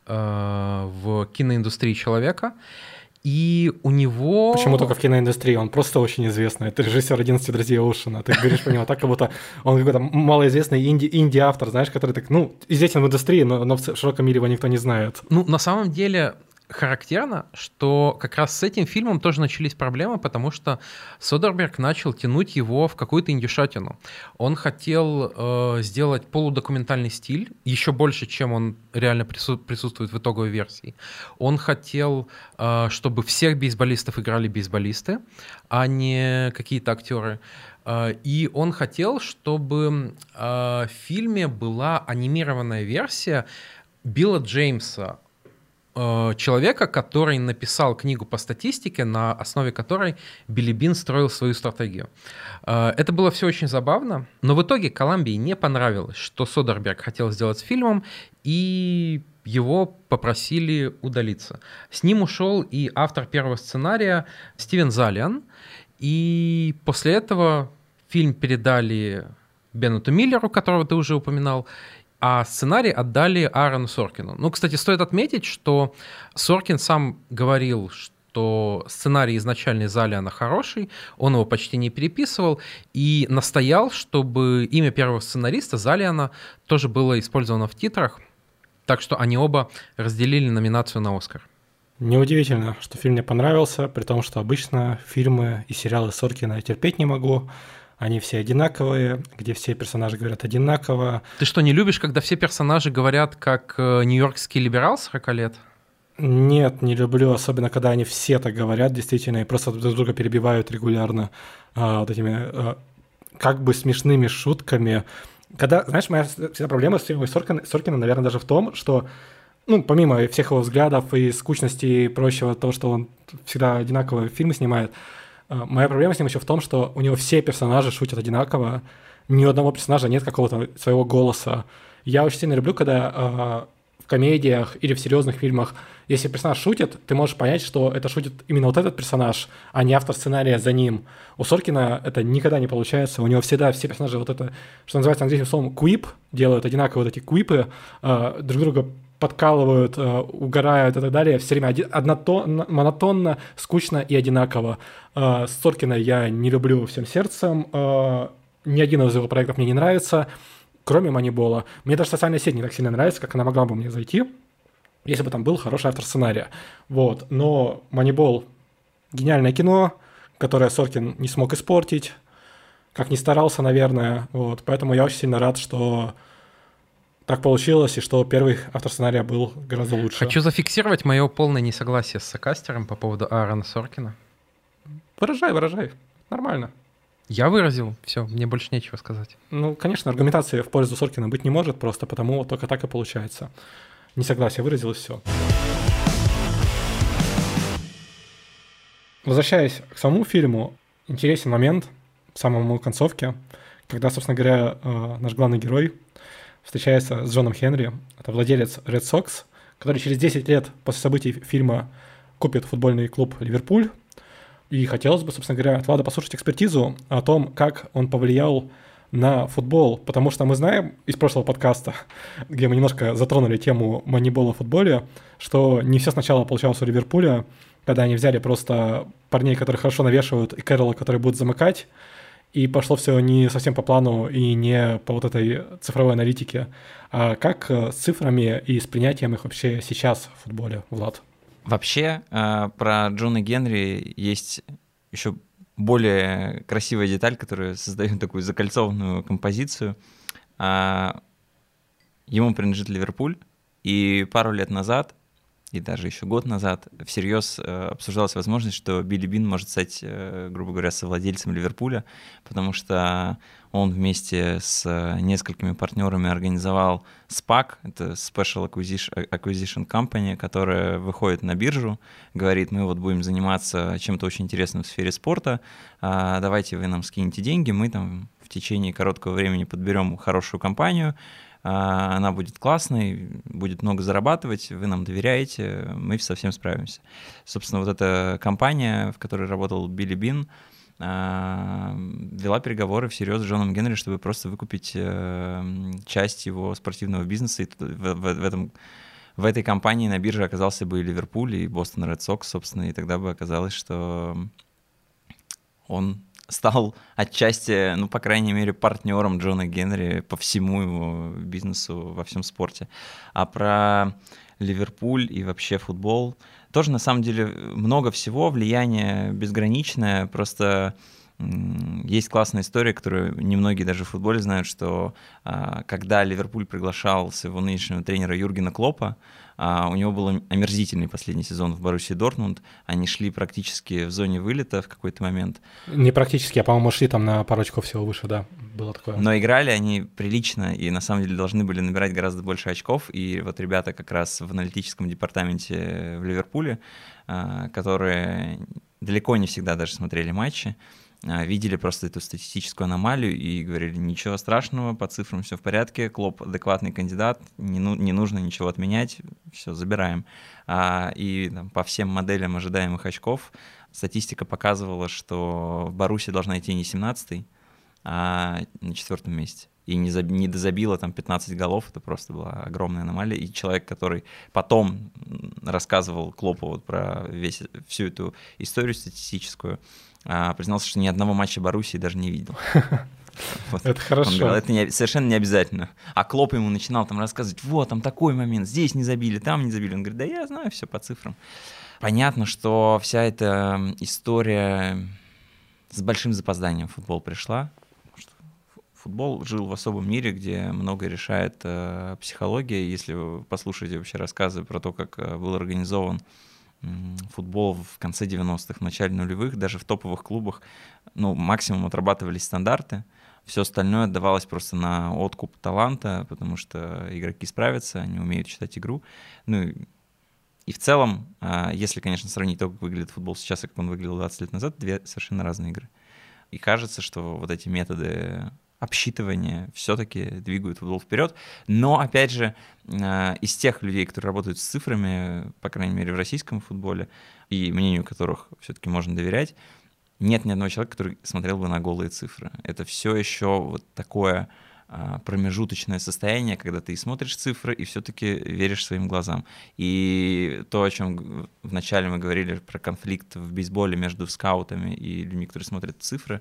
в киноиндустрии человека. И у него... Почему только в киноиндустрии? Он просто очень известный. Это режиссер «11 друзей Оушена». Ты говоришь про него так, как будто он какой-то малоизвестный инди-автор, знаешь, который так, известен в индустрии, но в широком мире его никто не знает. Ну, на самом деле, характерно, что как раз с этим фильмом тоже начались проблемы, потому что Содерберг начал тянуть его в какую-то индюшатину. Он хотел сделать полудокументальный стиль, еще больше, чем он реально присутствует в итоговой версии. Он хотел, чтобы всех бейсболистов играли бейсболисты, а не какие-то актеры. И он хотел, чтобы в фильме была анимированная версия Билла Джеймса, человека, который написал книгу по статистике, на основе которой Билли Бин строил свою стратегию. Это было все очень забавно, но в итоге Коламбии не понравилось, что Содерберг хотел сделать с фильмом, и его попросили удалиться. С ним ушел и автор первого сценария Стивен Залиан, и после этого фильм передали Беннету Миллеру, которого ты уже упоминал, а сценарий отдали Аарону Соркину. Ну, кстати, стоит отметить, что Соркин сам говорил, что сценарий изначальный Залиана хороший, он его почти не переписывал, и настоял, чтобы имя первого сценариста Залиана тоже было использовано в титрах, так что они оба разделили номинацию на «Оскар». Неудивительно, что фильм мне понравился, при том, что обычно фильмы и сериалы Соркина я терпеть не могу. Они все одинаковые, где все персонажи говорят одинаково. Ты что, не любишь, когда все персонажи говорят как нью-йоркский либерал 40 лет? Нет, не люблю, особенно когда они все так говорят, действительно, и просто друг друга перебивают регулярно вот этими как бы смешными шутками. Когда, знаешь, моя всегда проблема с фильмом Соркина, наверное, даже в том, что, ну, помимо всех его взглядов и скучности и прочего, того, что он всегда одинаковые фильмы снимает, моя проблема с ним еще в том, что у него все персонажи шутят одинаково, ни у одного персонажа нет какого-то своего голоса. Я очень сильно люблю, когда в комедиях или в серьезных фильмах, если персонаж шутит, ты можешь понять, что это шутит именно вот этот персонаж, а не автор сценария за ним. У Соркина это никогда не получается. У него всегда все персонажи вот это, что называется английским словом квип, делают одинаковые вот эти квипы, друг друга подкалывают, угорают и так далее. Все время монотонно, скучно и одинаково. Соркина я не люблю всем сердцем. Ни один из его проектов мне не нравится, кроме Манибола. Мне даже «Социальная сеть» не так сильно нравится, как она могла бы мне зайти, если бы там был хороший автор сценария. Вот. Но Манибол — гениальное кино, которое Соркин не смог испортить, как ни старался, наверное. Вот. Поэтому я очень сильно рад, что так получилось, и что первый автор сценария был гораздо лучше. Хочу зафиксировать мое полное несогласие с Сокастером по поводу Аарона Соркина. Выражай. Нормально. Я выразил, все, мне больше нечего сказать. Ну, конечно, аргументации в пользу Соркина быть не может, просто потому вот только так и получается. Несогласие выразил, и все. Возвращаясь к самому фильму, интересен момент в самой концовке, когда, собственно говоря, наш главный герой встречается с Джоном Хенри. Это владелец Red Sox, который через 10 лет после событий фильма купит футбольный клуб «Ливерпуль». И хотелось бы, собственно говоря, от Влада послушать экспертизу о том, как он повлиял на футбол, потому что мы знаем из прошлого подкаста, где мы немножко затронули тему манибола в футболе, что не все сначала получалось у Ливерпуля, когда они взяли просто парней, которые хорошо навешивают, и Кэрролла, который будет замыкать, и пошло все не совсем по плану и не по вот этой цифровой аналитике. А как с цифрами и с принятием их вообще сейчас в футболе, Влад? Вообще, про Джона Генри есть еще более красивая деталь, которая создает такую закольцованную композицию. Ему принадлежит Ливерпуль, и пару лет назад, и даже еще год назад, всерьез обсуждалась возможность, что Билли Бин может стать, грубо говоря, совладельцем Ливерпуля, потому что он вместе с несколькими партнерами организовал SPAC, это Special Acquisition Company, которая выходит на биржу, говорит, мы вот будем заниматься чем-то очень интересным в сфере спорта, давайте вы нам скинете деньги, мы там в течение короткого времени подберем хорошую компанию, она будет классной, будет много зарабатывать, вы нам доверяете, мы совсем справимся. Собственно, вот эта компания, в которой работал Билли Бин, вела переговоры всерьез с Джоном Генри, чтобы просто выкупить часть его спортивного бизнеса. И в этой компании на бирже оказался бы и Ливерпуль, и Бостон Ред Сокс, собственно, и тогда бы оказалось, что он стал отчасти, ну, по крайней мере, партнером Джона Генри по всему его бизнесу во всем спорте. А про Ливерпуль и вообще футбол, тоже на самом деле много всего, влияние безграничное, просто есть классная история, которую немногие даже в футболе знают, что когда Ливерпуль приглашал своего нынешнего тренера Юргена Клоппа, у него был омерзительный последний сезон в Боруссии Дортмунд, они шли практически в зоне вылета в какой-то момент. Не практически, а, по-моему, шли там на пару очков всего выше, да, было такое. Но играли они прилично и на самом деле должны были набирать гораздо больше очков, и вот ребята как раз в аналитическом департаменте в Ливерпуле, которые далеко не всегда даже смотрели матчи, видели просто эту статистическую аномалию и говорили, ничего страшного, по цифрам все в порядке, Клопп адекватный кандидат, не нужно ничего отменять, все, забираем. И там, по всем моделям ожидаемых очков статистика показывала, что Боруссия должна идти не 17-й, а на 4-м месте. И не дозабила там 15 голов, это просто была огромная аномалия. И человек, который потом рассказывал Клоппу вот про всю эту историю статистическую, признался, что ни одного матча Боруссии даже не видел. Вот. Это хорошо. Он говорил, это совершенно не обязательно. А Клопп ему начинал там рассказывать, вот, там такой момент, здесь не забили, там не забили. Он говорит, да я знаю все по цифрам. Понятно, что вся эта история с большим запозданием в футбол пришла. Футбол жил в особом мире, где многое решает психология. Если вы послушаете вообще рассказы про то, как был организован футбол в конце 90-х, в начале нулевых, даже в топовых клубах, максимум отрабатывались стандарты, все остальное отдавалось просто на откуп таланта, потому что игроки справятся, они умеют читать игру. И в целом, если, конечно, сравнить то, как выглядит футбол сейчас и как он выглядел 20 лет назад, две совершенно разные игры. И кажется, что вот эти методы обсчитывания все-таки двигают футбол вперед. Но, опять же, из тех людей, которые работают с цифрами, по крайней мере, в российском футболе, и мнению которых все-таки можно доверять, нет ни одного человека, который смотрел бы на голые цифры. Это все еще вот такое промежуточное состояние, когда ты смотришь цифры и все-таки веришь своим глазам. И то, о чем вначале мы говорили про конфликт в бейсболе между скаутами и людьми, которые смотрят цифры,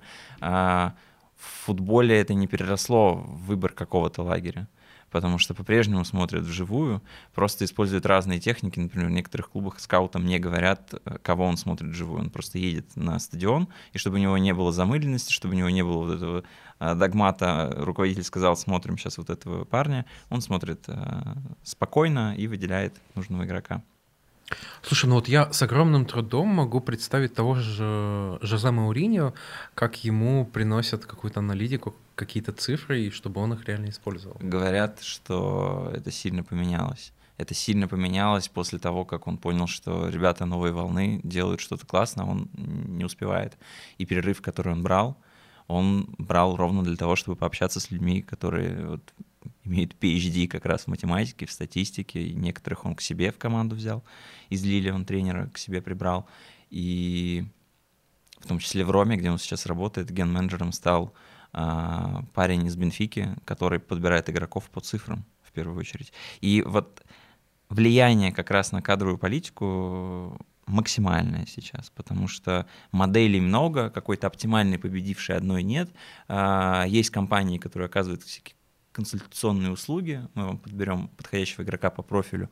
в футболе это не переросло в выбор какого-то лагеря, потому что по-прежнему смотрят вживую, просто используют разные техники. Например, в некоторых клубах скаутам не говорят, кого он смотрит вживую. Он просто едет на стадион, и чтобы у него не было замыленности, чтобы у него не было вот этого догмата, руководитель сказал, смотрим сейчас вот этого парня, он смотрит спокойно и выделяет нужного игрока. Слушай, вот я с огромным трудом могу представить того же Жозе Мауриньо, как ему приносят какую-то аналитику, какие-то цифры, и чтобы он их реально использовал. Говорят, что это сильно поменялось. Это сильно поменялось после того, как он понял, что ребята новой волны делают что-то классно, он не успевает. И перерыв, который он брал ровно для того, чтобы пообщаться с людьми, которые имеют PhD как раз в математике, в статистике. И некоторых он к себе в команду взял. Из Лили он тренера к себе прибрал. И в том числе в Роме, где он сейчас работает, ген-менеджером стал парень из Бенфики, который подбирает игроков по цифрам в первую очередь. И вот влияние как раз на кадровую политику максимальное сейчас, потому что моделей много, какой-то оптимальной победившей одной нет. Есть компании, которые оказывают всякие консультационные услуги, мы вам подберем подходящего игрока по профилю,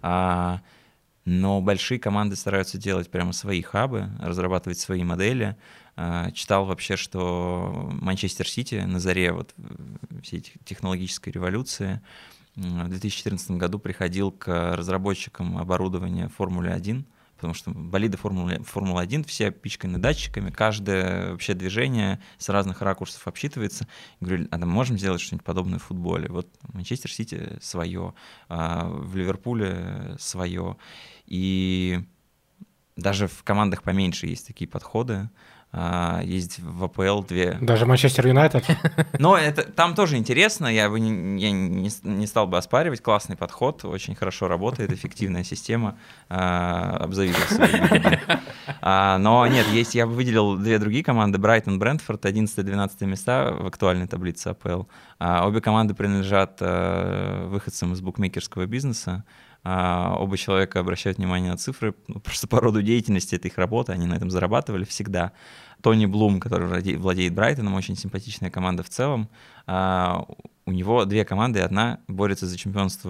но большие команды стараются делать прямо свои хабы, разрабатывать свои модели. Читал вообще, что Манчестер Сити на заре всей этой технологической революции в 2014 году приходил к разработчикам оборудования Формулы-1, потому что болиды Формулы-1 все пичканы датчиками, каждое вообще движение с разных ракурсов обсчитывается. И говорю, а мы можем сделать что-нибудь подобное в футболе? Вот Манчестер Сити свое, в Ливерпуле свое. И даже в командах поменьше есть такие подходы. Есть в АПЛ две... Даже Манчестер Юнайтед? Но там тоже интересно, я не стал бы оспаривать, классный подход, очень хорошо работает, эффективная система, обзавидовал своими людьми. Но нет, я бы выделил две другие команды, Брайтон, Брентфорд, 11-12 места в актуальной таблице АПЛ. Обе команды принадлежат выходцам из букмекерского бизнеса. Оба человека обращают внимание на цифры, просто по роду деятельности, это их работа, они на этом зарабатывали всегда. Тони Блум, который владеет Брайтоном, очень симпатичная команда в целом. у него 2 команды, и одна борется за чемпионство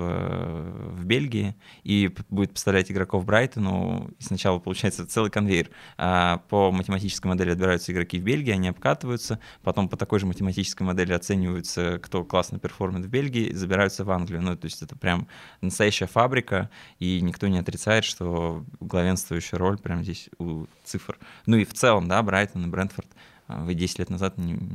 в Бельгии и будет поставлять игроков Брайтону. И сначала получается целый конвейер. По математической модели отбираются игроки в Бельгии, они обкатываются, потом по такой же математической модели оцениваются, кто классно перформит в Бельгии, забираются в Англию. Ну, то есть это прям настоящая фабрика, и никто не отрицает, что главенствующая роль прямо здесь у цифр. Ну и в целом, да, Брайтон и Брентфорд, вы 10 лет назад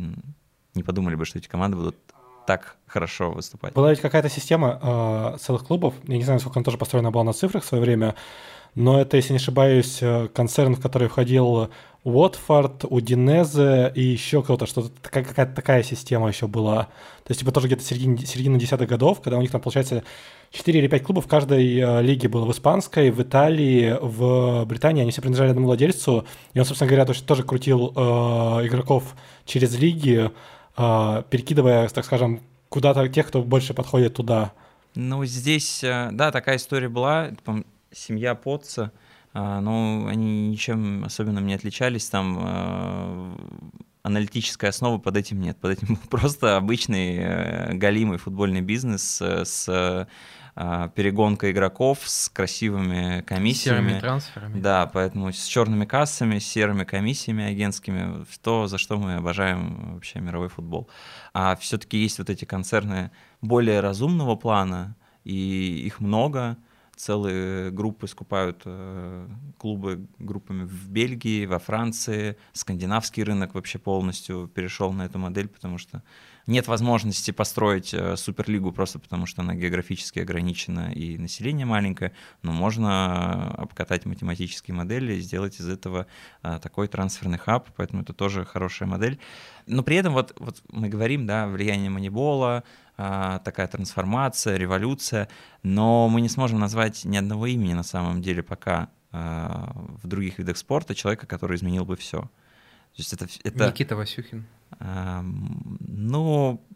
не подумали бы, что эти команды будут так хорошо выступать. Была ведь какая-то система целых клубов, я не знаю, сколько она тоже построена была на цифрах в свое время, но это, если не ошибаюсь, концерн, в который входил Уотфорд, Удинезе и еще кто-то, что-то какая-то такая система еще была. То есть, типа, тоже где-то середина 10-х годов, когда у них там, получается, 4 или 5 клубов в каждой лиге было: в испанской, в Италии, в Британии. Они все принадлежали одному владельцу, и он, собственно говоря, тоже крутил игроков через лиги, перекидывая, так скажем, куда-то тех, кто больше подходит туда. Ну, здесь, да, такая история была. Семья Потца, но они ничем особенным не отличались. Там аналитической основы под этим нет. Под этим просто обычный галимый футбольный бизнес с перегонкой игроков, с красивыми комиссиями. Серыми трансферами. Да, поэтому с черными кассами, с серыми комиссиями агентскими, то, за что мы обожаем вообще мировой футбол. А все-таки есть вот эти концерны более разумного плана, и их много. Целые группы скупают клубы группами в Бельгии, во Франции. Скандинавский рынок вообще полностью перешел на эту модель, потому что нет возможности построить суперлигу просто потому, что она географически ограничена и население маленькое, но можно обкатать математические модели и сделать из этого такой трансферный хаб, поэтому это тоже хорошая модель. Но при этом вот мы говорим, да, влияние манибола, такая трансформация, революция, но мы не сможем назвать ни одного имени на самом деле пока в других видах спорта человека, который изменил бы все. То есть это... Никита Васюхин. Ну,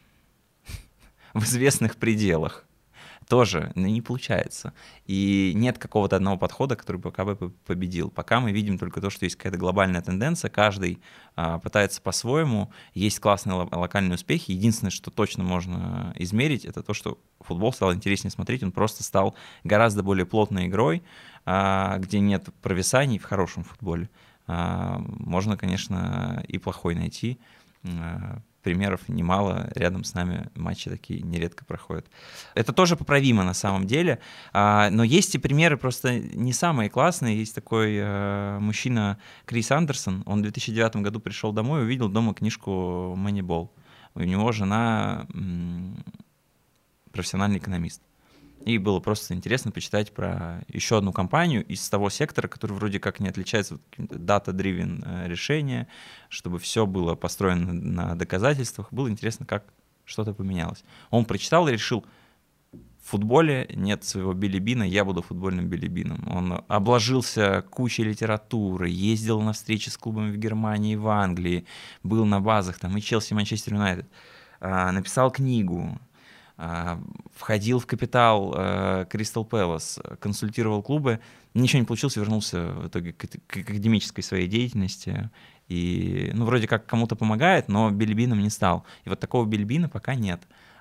в известных пределах тоже не получается. И нет какого-то одного подхода, который пока бы победил. Пока мы видим только то, что есть какая-то глобальная тенденция, каждый пытается по-своему, есть классные локальные успехи. Единственное, что точно можно измерить, это то, что футбол стал интереснее смотреть, он просто стал гораздо более плотной игрой, где нет провисаний в хорошем футболе. Можно, конечно, и плохой найти. Примеров немало, рядом с нами матчи такие нередко проходят. Это тоже поправимо на самом деле, но есть и примеры просто не самые классные. Есть такой мужчина Крис Андерсон, он в 2009 году пришел домой и увидел дома книжку Moneyball. У него жена профессиональный экономист. И было просто интересно почитать про еще одну компанию из того сектора, который вроде как не отличается от data-driven решения, чтобы все было построено на доказательствах. Было интересно, как что-то поменялось. Он прочитал и решил: в футболе нет своего Билли Бина, я буду футбольным Билли Бином. Он обложился кучей литературы, ездил на встречи с клубами в Германии и в Англии, был на базах там и Челси, и Манчестер Юнайтед, написал книгу, входил в капитал Кристал Пэлас, консультировал клубы, ничего не получилось, вернулся в итоге к академической своей деятельности. И, ну, вроде как кому-то помогает, но Билли Бином не стал. И вот такого Билли Бина пока нет.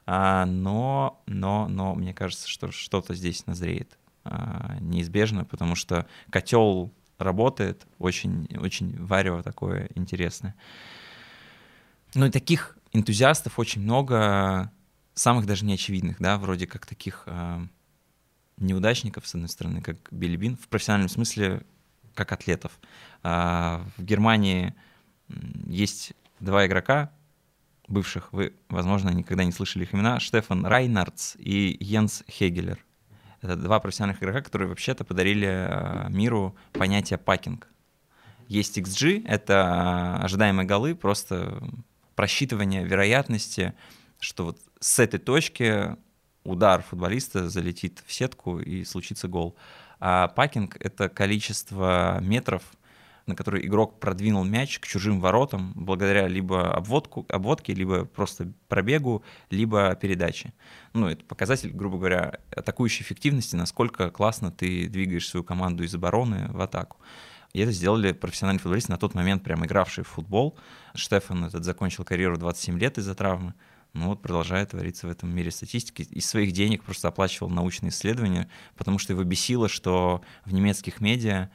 Но мне кажется, что что-то здесь назреет неизбежно, потому что котел работает, очень, очень варево такое интересное. Ну и таких энтузиастов очень много, самых даже неочевидных, да, вроде как таких неудачников, с одной стороны, как Билли Бин, в профессиональном смысле, как атлетов. В Германии есть 2 игрока бывших, вы, возможно, никогда не слышали их имена, Штефан Райнардс и Йенс Хегелер. Это 2 профессиональных игрока, которые вообще-то подарили миру понятие пакинг. Есть XG, это ожидаемые голы, просто просчитывание вероятности, что вот с этой точки удар футболиста залетит в сетку и случится гол. А пакинг — это количество метров, на которые игрок продвинул мяч к чужим воротам благодаря либо обводке, либо просто пробегу, либо передаче. Ну, это показатель, грубо говоря, атакующей эффективности, насколько классно ты двигаешь свою команду из обороны в атаку. И это сделали профессиональные футболисты, на тот момент прям игравшие в футбол. Штефан этот закончил карьеру в 27 лет из-за травмы. Ну вот продолжает твориться в этом мире статистики. Из своих денег просто оплачивал научные исследования, потому что его бесило, что в немецких медиа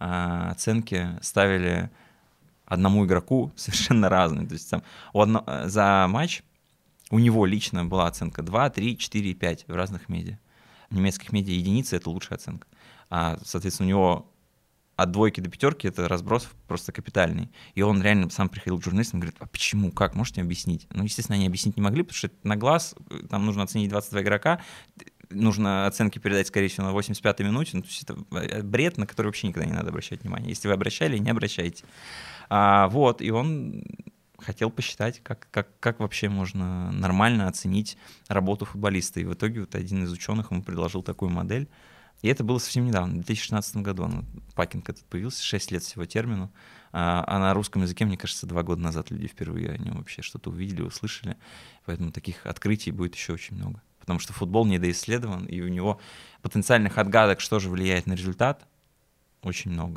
оценки ставили одному игроку совершенно разные. То есть там за матч у него лично была оценка 2, 3, 4 и 5 в разных медиа. В немецких медиа единица — это лучшая оценка. А, соответственно, у него от 2 до 5 это разброс просто капитальный. И он реально сам приходил к журналистам и говорит: а почему, как, можете объяснить? Ну, естественно, они объяснить не могли, потому что на глаз там нужно оценить 22 игрока, нужно оценки передать, скорее всего, на 85-й минуте. Ну, то есть это бред, на который вообще никогда не надо обращать внимание. Если вы обращали, не обращайте. Вот, и он хотел посчитать, как вообще можно нормально оценить работу футболиста. И в итоге вот один из ученых ему предложил такую модель. И это было совсем недавно, в 2016 году. Пакинг этот появился, 6 лет всего термину. А на русском языке, мне кажется, 2 года назад люди впервые о нем вообще что-то увидели, услышали. Поэтому таких открытий будет еще очень много. Потому что футбол недоисследован, и у него потенциальных отгадок, что же влияет на результат, очень много.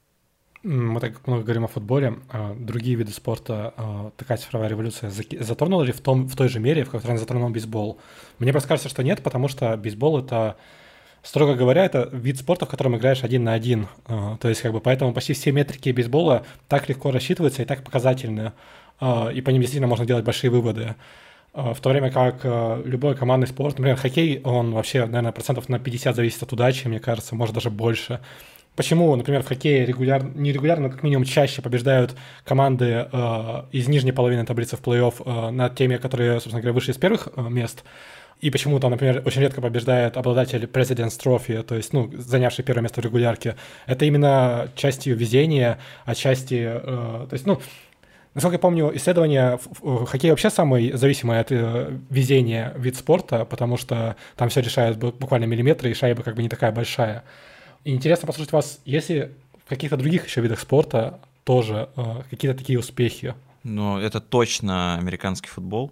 Мы так много говорим о футболе. Другие виды спорта такая цифровая революция затронула ли в той же мере, в которой она затронула бейсбол? Мне просто кажется, что нет, потому что бейсбол — это, строго говоря, это вид спорта, в котором играешь 1 на 1. То есть поэтому почти все метрики бейсбола так легко рассчитываются и так показательны. И по ним действительно можно делать большие выводы. В то время как любой командный спорт, например, хоккей, он вообще, наверное, процентов на 50 зависит от удачи, мне кажется, может даже больше. Почему, например, в хоккее не регулярно, но как минимум чаще побеждают команды из нижней половины таблицы в плей-офф над теми, которые, собственно говоря, вышли из первых мест? И почему там, например, очень редко побеждает обладатель President's Trophy, то есть, занявший первое место в регулярке? Это именно частью везения, отчасти, то есть, насколько я помню, исследования в хоккее вообще самый зависимый от везения вид спорта, потому что там все решает буквально миллиметры, и шайба не такая большая. И интересно послушать вас, если в каких-то других еще видах спорта тоже какие-то такие успехи. Ну, это точно американский футбол.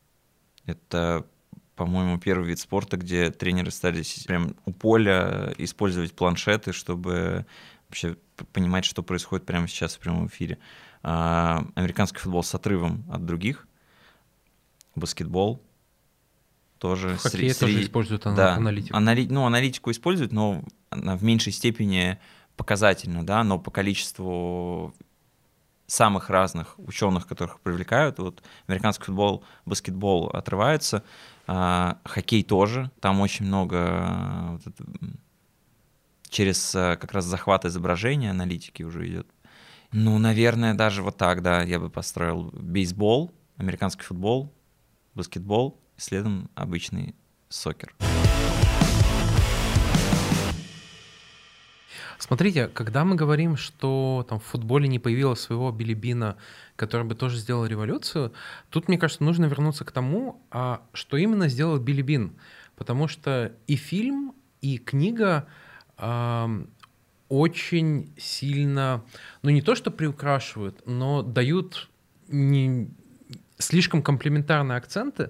Это, по-моему, первый вид спорта, где тренеры стали прям у поля использовать планшеты, чтобы вообще понимать, что происходит прямо сейчас в прямом эфире. Американский футбол с отрывом от других. Баскетбол тоже. В хоккее тоже используют аналитику. Аналитику используют, но она в меньшей степени показательна, да, но по количеству самых разных ученых, которых привлекают, вот американский футбол, баскетбол отрываются, хоккей тоже, там очень много через как раз захват изображения аналитики уже идет. Ну, наверное, даже вот так, да, я бы построил бейсбол, американский футбол, баскетбол, следом обычный сокер. Смотрите, когда мы говорим, что там в футболе не появилось своего Билли Бина, который бы тоже сделал революцию, тут, мне кажется, нужно вернуться к тому, что именно сделал Билли Бин. Потому что и фильм, и книга очень сильно, не то что приукрашивают, но дают слишком комплементарные акценты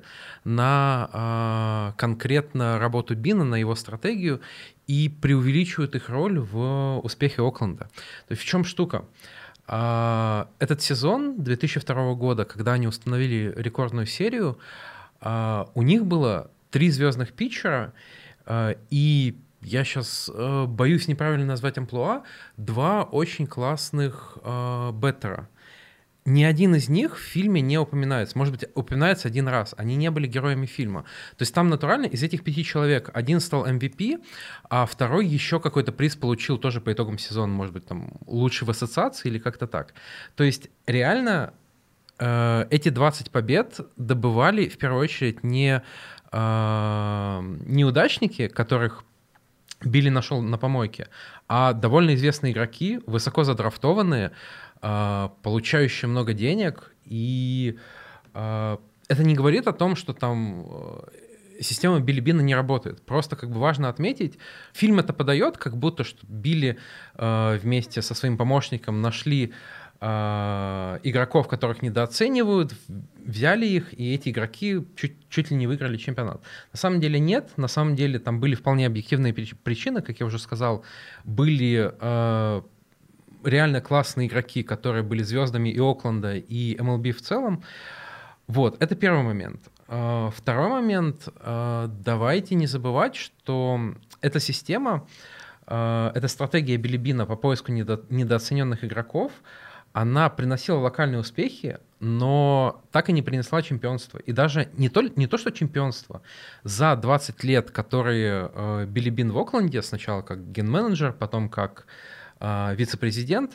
на конкретно работу Бина, на его стратегию, и преувеличивают их роль в успехе Окленда. То есть в чем штука? Этот сезон 2002 года, когда они установили рекордную серию, у них было 3 звездных питчера, и я сейчас боюсь неправильно назвать амплуа, 2 очень классных беттера. Ни один из них в фильме не упоминается. Может быть, упоминается 1 раз. Они не были героями фильма. То есть там натурально из этих 5 человек 1 стал MVP, а 2 еще какой-то приз получил тоже по итогам сезона. Может быть, там лучший в ассоциации или как-то так. То есть реально эти 20 побед добывали в первую очередь не неудачники, которых Билли нашел на помойке, а довольно известные игроки, высоко задрафтованные, получающие много денег, и это не говорит о том, что там система Билли Бина не работает. Просто важно отметить, фильм это подает, как будто что Билли вместе со своим помощником нашли игроков, которых недооценивают, взяли их, и эти игроки чуть ли не выиграли чемпионат. На самом деле нет, на самом деле там были вполне объективные причины, как я уже сказал, были реально классные игроки, которые были звездами и Окленда, и MLB в целом. Вот, это первый момент. Второй момент. Давайте не забывать, что эта система, эта стратегия Билли Бина по поиску недооцененных игроков, она приносила локальные успехи, но так и не принесла чемпионство. И даже не то, что чемпионство. За 20 лет, которые Билли Бин в Окленде, сначала как ген-менеджер, потом как вице-президент,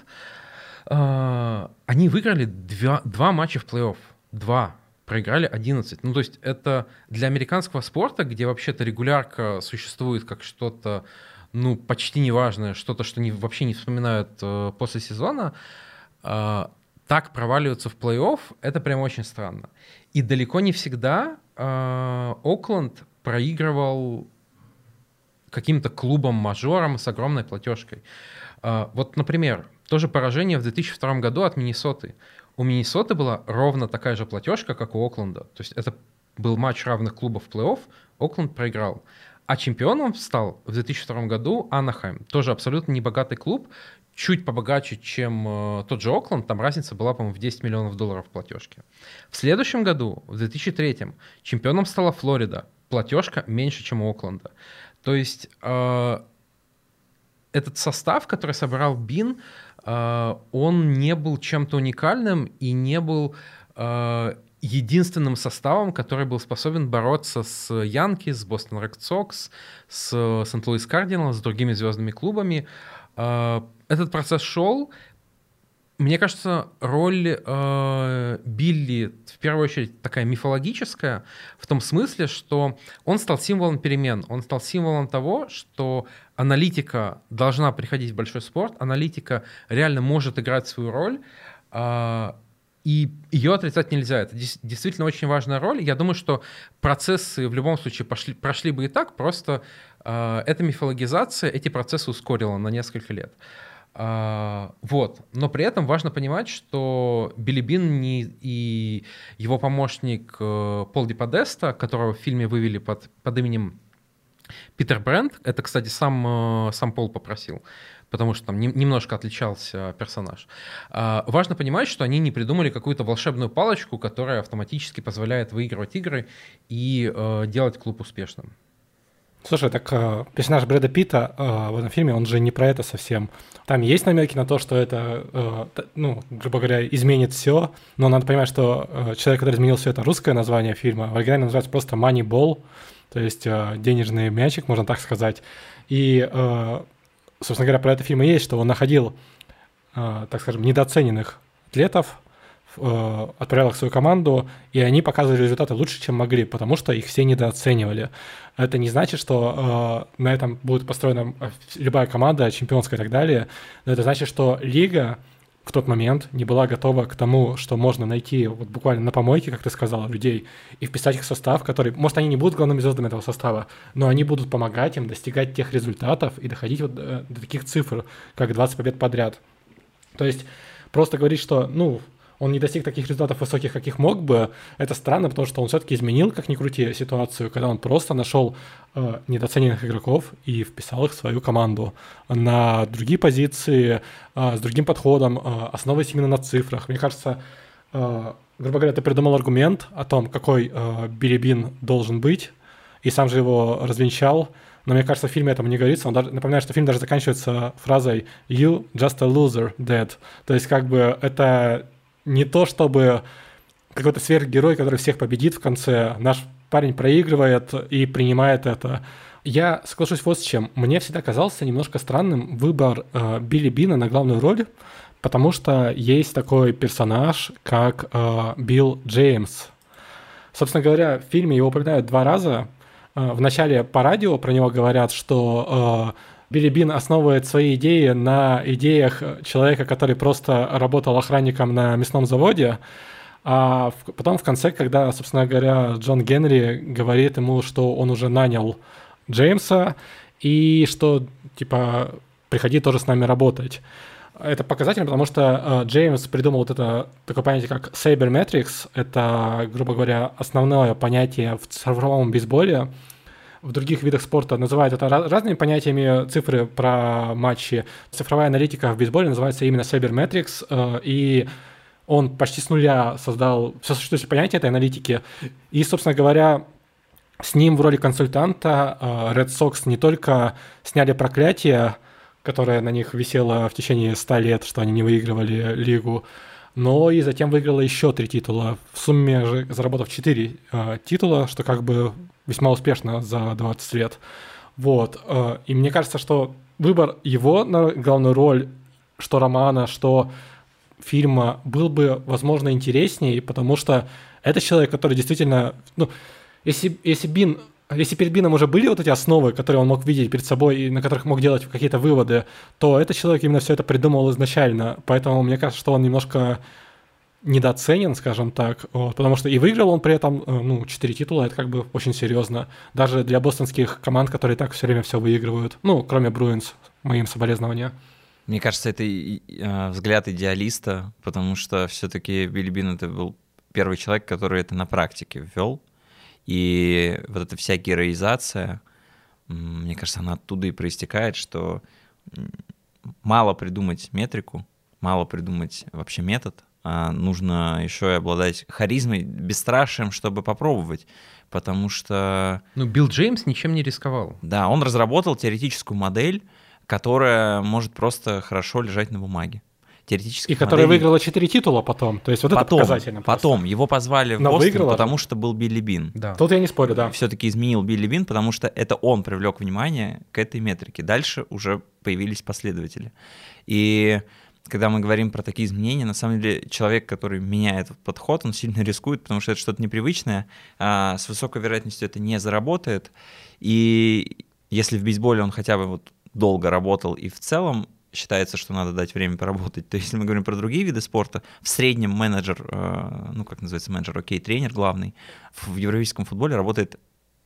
они выиграли 2 матча в плей-офф. 2. Проиграли 11. Ну, то есть это для американского спорта, где вообще-то регулярка существует как что-то, ну, почти неважное, что-то, что вообще не вспоминают после сезона, так проваливаться в плей-офф, это прям очень странно. И далеко не всегда Окленд проигрывал каким-то клубам-мажорам с огромной платежкой. Вот, например, тоже поражение в 2002 году от Миннесоты. У Миннесоты была ровно такая же платежка, как у Окленда. То есть это был матч равных клубов в плей-офф, Окленд проиграл. А чемпионом стал в 2002 году Анахайм. Тоже абсолютно небогатый клуб, чуть побогаче, чем тот же Окленд. Там разница была, по-моему, в $10 миллионов в платежке. В следующем году, в 2003, чемпионом стала Флорида. Платежка меньше, чем у Окленда. То есть этот состав, который собрал Бин, он не был чем-то уникальным и не был единственным составом, который был способен бороться с Янкис, с Бостон Ред Сокс, с Сент-Луис Кардиналс, с другими звездными клубами. Этот процесс шел. Мне кажется, роль Билли в первую очередь такая мифологическая, в том смысле, что он стал символом перемен, он стал символом того, что аналитика должна приходить в большой спорт, аналитика реально может играть свою роль, и ее отрицать нельзя. Это действительно очень важная роль. Я думаю, что процессы в любом случае прошли бы и так, просто эта мифологизация эти процессы ускорила на несколько лет. Вот. Но при этом важно понимать, что Билли Бин и его помощник Пол Ди Подеста, которого в фильме вывели под именем Питер Брент, это, кстати, сам Пол попросил, потому что там немножко отличался персонаж. Важно понимать, что они не придумали какую-то волшебную палочку, которая автоматически позволяет выигрывать игры и делать клуб успешным. Слушай, так персонаж Брэда Питта в этом фильме, он же не про это совсем. Там есть намеки на то, что это, ну, грубо говоря, изменит все, но надо понимать, что человек, который изменил все, это русское название фильма, в оригинале называется просто Moneyball, то есть денежный мячик, можно так сказать. И, собственно говоря, про этот фильм и есть, что он находил, так скажем, недооцененных атлетов, отправлял их в свою команду, и они показывали результаты лучше, чем могли, потому что их все недооценивали. Это не значит, что на этом будет построена любая команда, чемпионская и так далее, но это значит, что лига в тот момент не была готова к тому, что можно найти вот буквально на помойке, как ты сказал, людей, и вписать их в состав, который, может, они не будут главными звездами этого состава, но они будут помогать им достигать тех результатов и доходить вот до таких цифр, как 20 побед подряд. То есть просто говорить, что, ну, он не достиг таких результатов высоких, каких мог бы, это странно, потому что он все-таки изменил, как ни крути, ситуацию, когда он просто нашел недооцененных игроков и вписал их в свою команду на другие позиции, с другим подходом, основываясь именно на цифрах. Мне кажется, грубо говоря, ты придумал аргумент о том, какой Билли Бин должен быть, и сам же его развенчал. Но мне кажется, в фильме этого не говорится. Он даже напоминает, что фильм даже заканчивается фразой «You just a loser, Dad». То есть как бы это не то, чтобы какой-то сверхгерой, который всех победит в конце. Наш парень проигрывает и принимает это. Я соглашусь вот с чем. Мне всегда казался немножко странным выбор Билли Бина на главную роль, потому что есть такой персонаж, как Билл Джеймс. Собственно говоря, в фильме его упоминают 2 раза. Вначале по радио про него говорят, что Билли Бин основывает свои идеи на идеях человека, который просто работал охранником на мясном заводе, а потом в конце, когда, собственно говоря, Джон Генри говорит ему, что он уже нанял Джеймса и что, типа, приходи тоже с нами работать. Это показательно, потому что Джеймс придумал вот это такое понятие, как Sabermetrics. Это, грубо говоря, основное понятие в цифровом бейсболе. В других видах спорта называют это разными понятиями, цифры про матчи. Цифровая аналитика в бейсболе называется именно Sabermetrics, и Он почти с нуля создал все существующее понятие этой аналитики. И, собственно говоря, с ним в роли консультанта Red Sox не только сняли «Проклятие», которое на них висело в течение 100 лет, что они не выигрывали лигу, но и затем выиграла еще 3 титула. В сумме же заработав 4 титула, что как бы весьма успешно за 20 лет. Вот. И мне кажется, что выбор его на главную роль, что романа, что фильма, был бы, возможно, интереснее, потому что это человек, который действительно... Ну, если перед Бином уже были вот эти основы, которые он мог видеть перед собой и на которых мог делать какие-то выводы, то этот человек именно все это придумал изначально. Поэтому мне кажется, что он немножко недооценен, скажем так. Вот, потому что и выиграл он при этом 4 титула, это как бы очень серьезно. Даже для бостонских команд, которые так все время все выигрывают. Ну, кроме Bruins, моим соболезнования. Мне кажется, это взгляд идеалиста, потому что все-таки Билли Бин — это был первый человек, который это на практике ввел. И вот эта вся героизация, мне кажется, она оттуда и проистекает, что мало придумать метрику, мало придумать вообще метод, а нужно еще и обладать харизмой, бесстрашием, чтобы попробовать, потому что... Ну, Билл Джеймс ничем не рисковал. Да, он разработал теоретическую модель, которая может просто хорошо лежать на бумаге. И которая выиграла 4 титула потом. То есть вот потом, это показательно. Потом его позвали в Бостон, потому что был Билли Бин. Да. Тут я не спорю, да. Все-таки изменил Билли Бин, потому что это он привлек внимание к этой метрике. Дальше уже появились последователи. И когда мы говорим про такие изменения, на самом деле человек, который меняет подход, он сильно рискует, потому что это что-то непривычное, а с высокой вероятностью это не заработает. И если в бейсболе он хотя бы вот долго работал и в целом считается, что надо дать время поработать, то если мы говорим про другие виды спорта, в среднем менеджер, как называется менеджер, тренер главный, в европейском футболе работает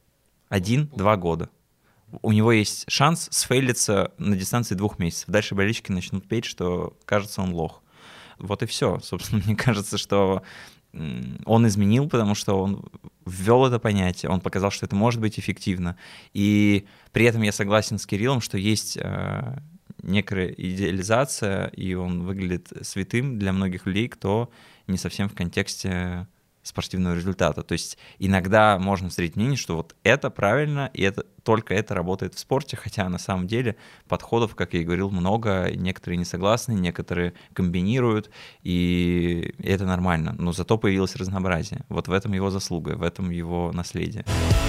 1-2 года. У него есть шанс сфейлиться на дистанции 2 месяцев. Дальше болельщики начнут петь, что, кажется, он лох. Вот и все. Собственно, мне кажется, что он изменил, потому что он ввел это понятие, он показал, что это может быть эффективно. И при этом я согласен с Кириллом, что есть некая идеализация, и он выглядит святым для многих людей, кто не совсем в контексте спортивного результата. То есть иногда можно встретить мнение, что вот это правильно, и только это работает в спорте, хотя на самом деле подходов, как я и говорил, много, некоторые не согласны, некоторые комбинируют, и это нормально. Но зато появилось разнообразие. Вот в этом его заслуга, в этом его наследие.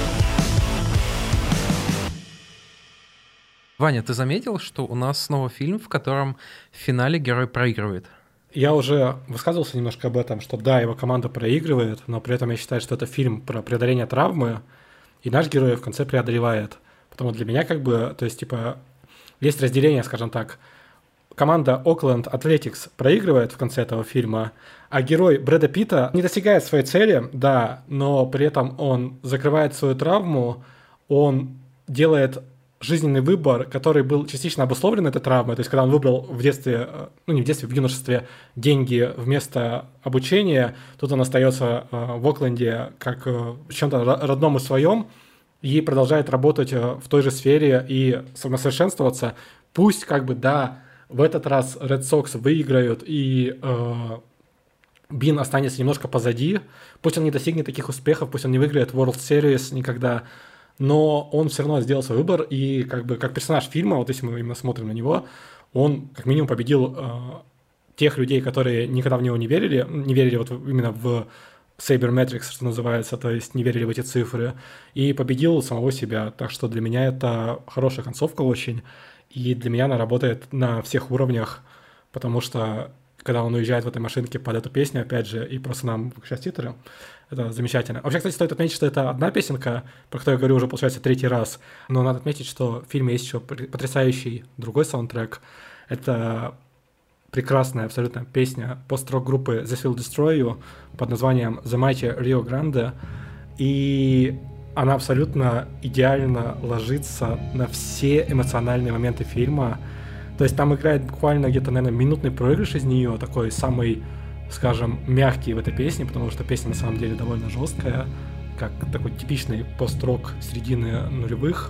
Ваня, ты заметил, что у нас снова фильм, в котором в финале герой проигрывает? Я уже высказывался немножко об этом, что да, его команда проигрывает, но при этом я считаю, что это фильм про преодоление травмы, и наш герой в конце преодолевает. Потому для меня то есть, есть разделение, скажем так. Команда Oakland Athletics проигрывает в конце этого фильма, а герой Брэда Питта не достигает своей цели, да, но при этом он закрывает свою травму, он делает жизненный выбор, который был частично обусловлен этой травмой, то есть когда он выбрал в детстве, в юношестве деньги вместо обучения, тут он остается в Окленде как в чем-то родном и своем и продолжает работать в той же сфере и самосовершенствоваться. Пусть в этот раз Red Sox выиграют и Бин останется немножко позади, пусть он не достигнет таких успехов, пусть он не выиграет World Series никогда, но он все равно сделал свой выбор, и как персонаж фильма, вот если мы именно смотрим на него, он как минимум победил тех людей, которые никогда в него не верили вот именно в Sabermetrics, что называется, то есть не верили в эти цифры, и победил самого себя. Так что для меня это хорошая концовка очень, и для меня она работает на всех уровнях, потому что когда он уезжает в этой машинке под эту песню, опять же, и просто нам выключают титры, это замечательно. Вообще, кстати, стоит отметить, что это одна песенка, про которую я говорю уже, получается, 3-й раз, но надо отметить, что в фильме есть еще потрясающий другой саундтрек. Это прекрасная абсолютно песня пост-рок группы This Will Destroy You под названием The Mighty Rio Grande, и она абсолютно идеально ложится на все эмоциональные моменты фильма. То есть там играет буквально где-то, наверное, минутный проигрыш из нее, такой самый, скажем, мягкий в этой песне, потому что песня на самом деле довольно жесткая, как такой типичный пост-рок середины нулевых.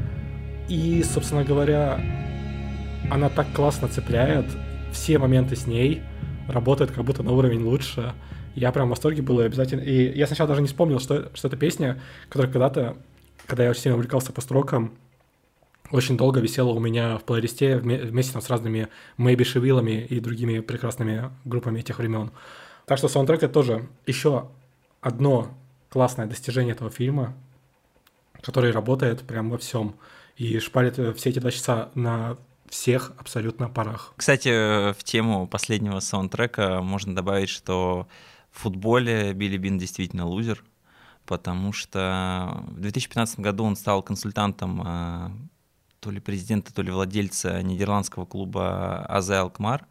И, собственно говоря, она так классно цепляет все моменты с ней. работает как будто на уровень лучше. Я прям в восторге был, и обязательно... И я сначала даже не вспомнил, что это песня, которая когда-то, когда я очень сильно увлекался построком, очень долго висела у меня в плейлисте вместе там с разными Maybe Шевилами и другими прекрасными группами тех времен. Так что саундтрек — это тоже еще одно классное достижение этого фильма, который работает прям во всем и шпарит все эти 2 часа на всех абсолютно парах. Кстати, в тему последнего саундтрека можно добавить, что в футболе Билли Бин действительно лузер, потому что в 2015 году он стал консультантом то ли президента, то ли владельца нидерландского клуба АЗ Алкмар,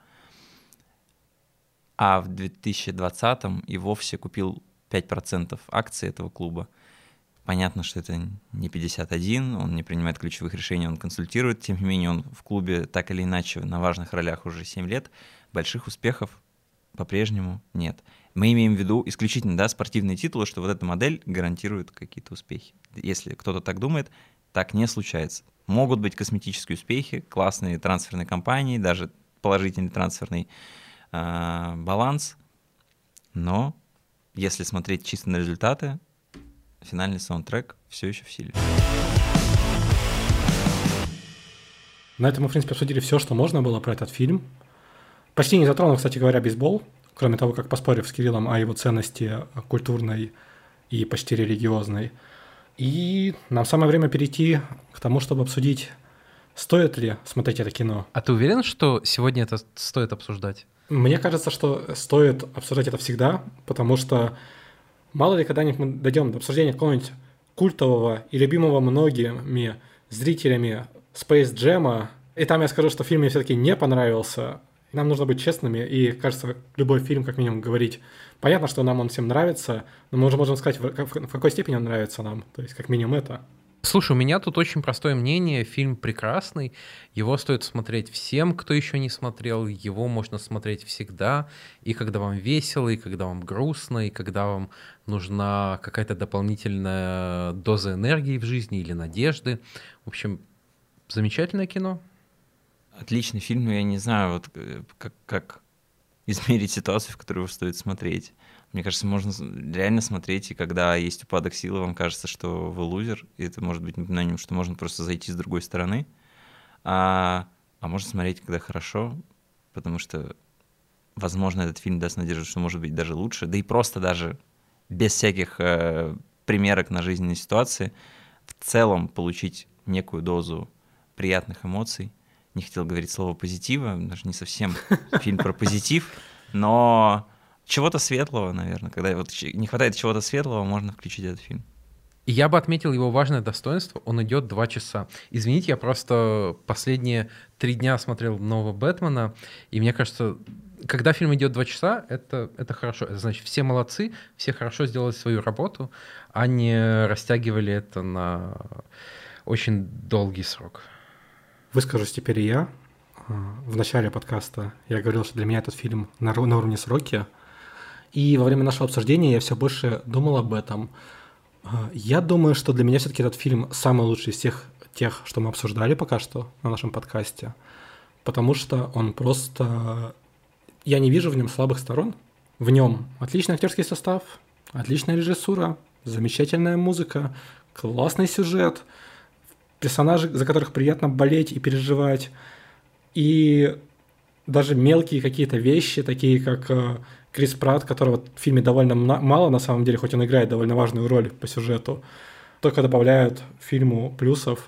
а в 2020 и вовсе купил 5% акций этого клуба. Понятно, что это не 51, он не принимает ключевых решений, он консультирует, тем не менее он в клубе так или иначе на важных ролях уже 7 лет, больших успехов по-прежнему нет. Мы имеем в виду исключительно спортивные титулы, что вот эта модель гарантирует какие-то успехи. Если кто-то так думает, так не случается. Могут быть косметические успехи, классные трансферные кампании, даже положительный трансферный баланс, но если смотреть чисто на результаты, финальный саундтрек все еще в силе. На этом мы, в принципе, обсудили все, что можно было про этот фильм. Почти не затронул, кстати говоря, бейсбол, кроме того, как поспорив с Кириллом о его ценности культурной и почти религиозной. И нам самое время перейти к тому, чтобы обсудить, стоит ли смотреть это кино. А ты уверен, что сегодня это стоит обсуждать? Мне кажется, что стоит обсуждать это всегда, потому что мало ли когда-нибудь мы дойдем до обсуждения какого-нибудь культового и любимого многими зрителями Space Jam'а, и там я скажу, что фильм мне все-таки не понравился. Нам нужно быть честными, и, кажется, любой фильм, как минимум, говорить. Понятно, что нам он всем нравится, но мы уже можем сказать, в какой степени он нравится нам. То есть, как минимум, это. Слушай, у меня тут очень простое мнение. Фильм прекрасный. Его стоит смотреть всем, кто еще не смотрел. Его можно смотреть всегда. И когда вам весело, и когда вам грустно, и когда вам нужна какая-то дополнительная доза энергии в жизни или надежды. В общем, замечательное кино. Отличный фильм, но я не знаю, вот как измерить ситуацию, в которой его стоит смотреть. Мне кажется, можно реально смотреть, и когда есть упадок силы, вам кажется, что вы лузер, и это может быть напоминанием, что можно просто зайти с другой стороны. А можно смотреть, когда хорошо, потому что, возможно, этот фильм даст надежду, что может быть даже лучше, да и просто даже без всяких примерок на жизненные ситуации в целом получить некую дозу приятных эмоций. Не хотел говорить слово позитива, даже не совсем фильм про позитив, но чего-то светлого, наверное. Когда вот не хватает чего-то светлого, можно включить этот фильм. И я бы отметил его важное достоинство. Он идет 2 часа. Извините, я просто последние 3 дня смотрел нового Бэтмена, и мне кажется, когда фильм идет 2 часа, это хорошо. Это значит, все молодцы, все хорошо сделали свою работу, а не растягивали это на очень долгий срок. Выскажусь теперь и я. В начале подкаста я говорил, что для меня этот фильм на уровне сроки. И во время нашего обсуждения я все больше думал об этом. Я думаю, что для меня все-таки этот фильм самый лучший из всех тех, что мы обсуждали пока что на нашем подкасте. Потому что он просто... Я не вижу в нем слабых сторон. В нем отличный актерский состав, отличная режиссура, замечательная музыка, классный сюжет, персонажи, за которых приятно болеть и переживать, и даже мелкие какие-то вещи, такие как Крис Пратт, которого в фильме довольно мало, на самом деле, хоть он играет довольно важную роль по сюжету, только добавляют фильму плюсов.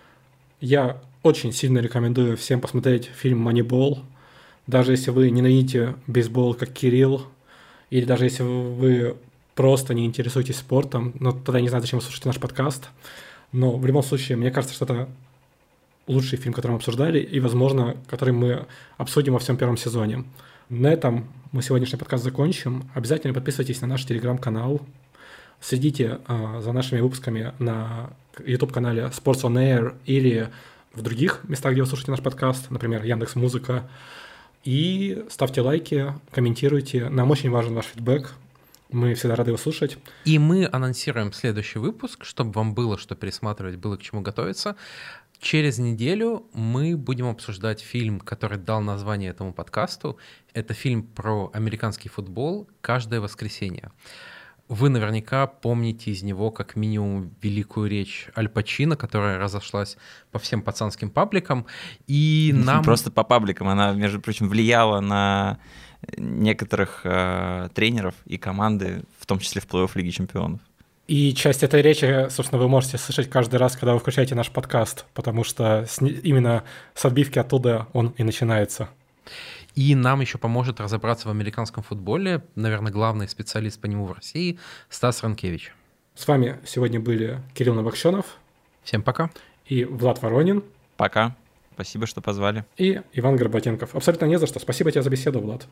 Я очень сильно рекомендую всем посмотреть фильм «Манибол», даже если вы ненавидите бейсбол, как Кирилл, или даже если вы просто не интересуетесь спортом, но тогда не знаю, зачем вы слушаете наш подкаст. Но в любом случае, мне кажется, что это лучший фильм, который мы обсуждали, и, возможно, который мы обсудим во всем первом сезоне. На этом мы сегодняшний подкаст закончим. Обязательно подписывайтесь на наш телеграм-канал. Следите за нашими выпусками на YouTube-канале Sports on Air или в других местах, где вы слушаете наш подкаст, например, Яндекс.Музыка. И ставьте лайки, комментируйте. Нам очень важен ваш фидбэк. Мы всегда рады его слушать. И мы анонсируем следующий выпуск, чтобы вам было что пересматривать, было к чему готовиться. Через неделю мы будем обсуждать фильм, который дал название этому подкасту. Это фильм про американский футбол «Каждое воскресенье». Вы наверняка помните из него как минимум великую речь Аль Пачино, которая разошлась по всем пацанским пабликам. И нам... Не просто по пабликам, она, между прочим, влияла на некоторых тренеров и команды, в том числе в плей-офф Лиги Чемпионов. И часть этой речи, собственно, вы можете слышать каждый раз, когда вы включаете наш подкаст, потому что именно с отбивки оттуда он и начинается. И нам еще поможет разобраться в американском футболе, наверное, главный специалист по нему в России Стас Ранкевич. С вами сегодня были Кирилл Новокщенов. Всем пока. И Влад Воронин. Пока. Спасибо, что позвали. И Иван Горбатенков. Абсолютно не за что. Спасибо тебе за беседу, Влад.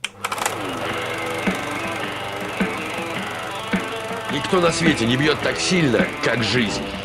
Никто на свете не бьет так сильно, как жизнь.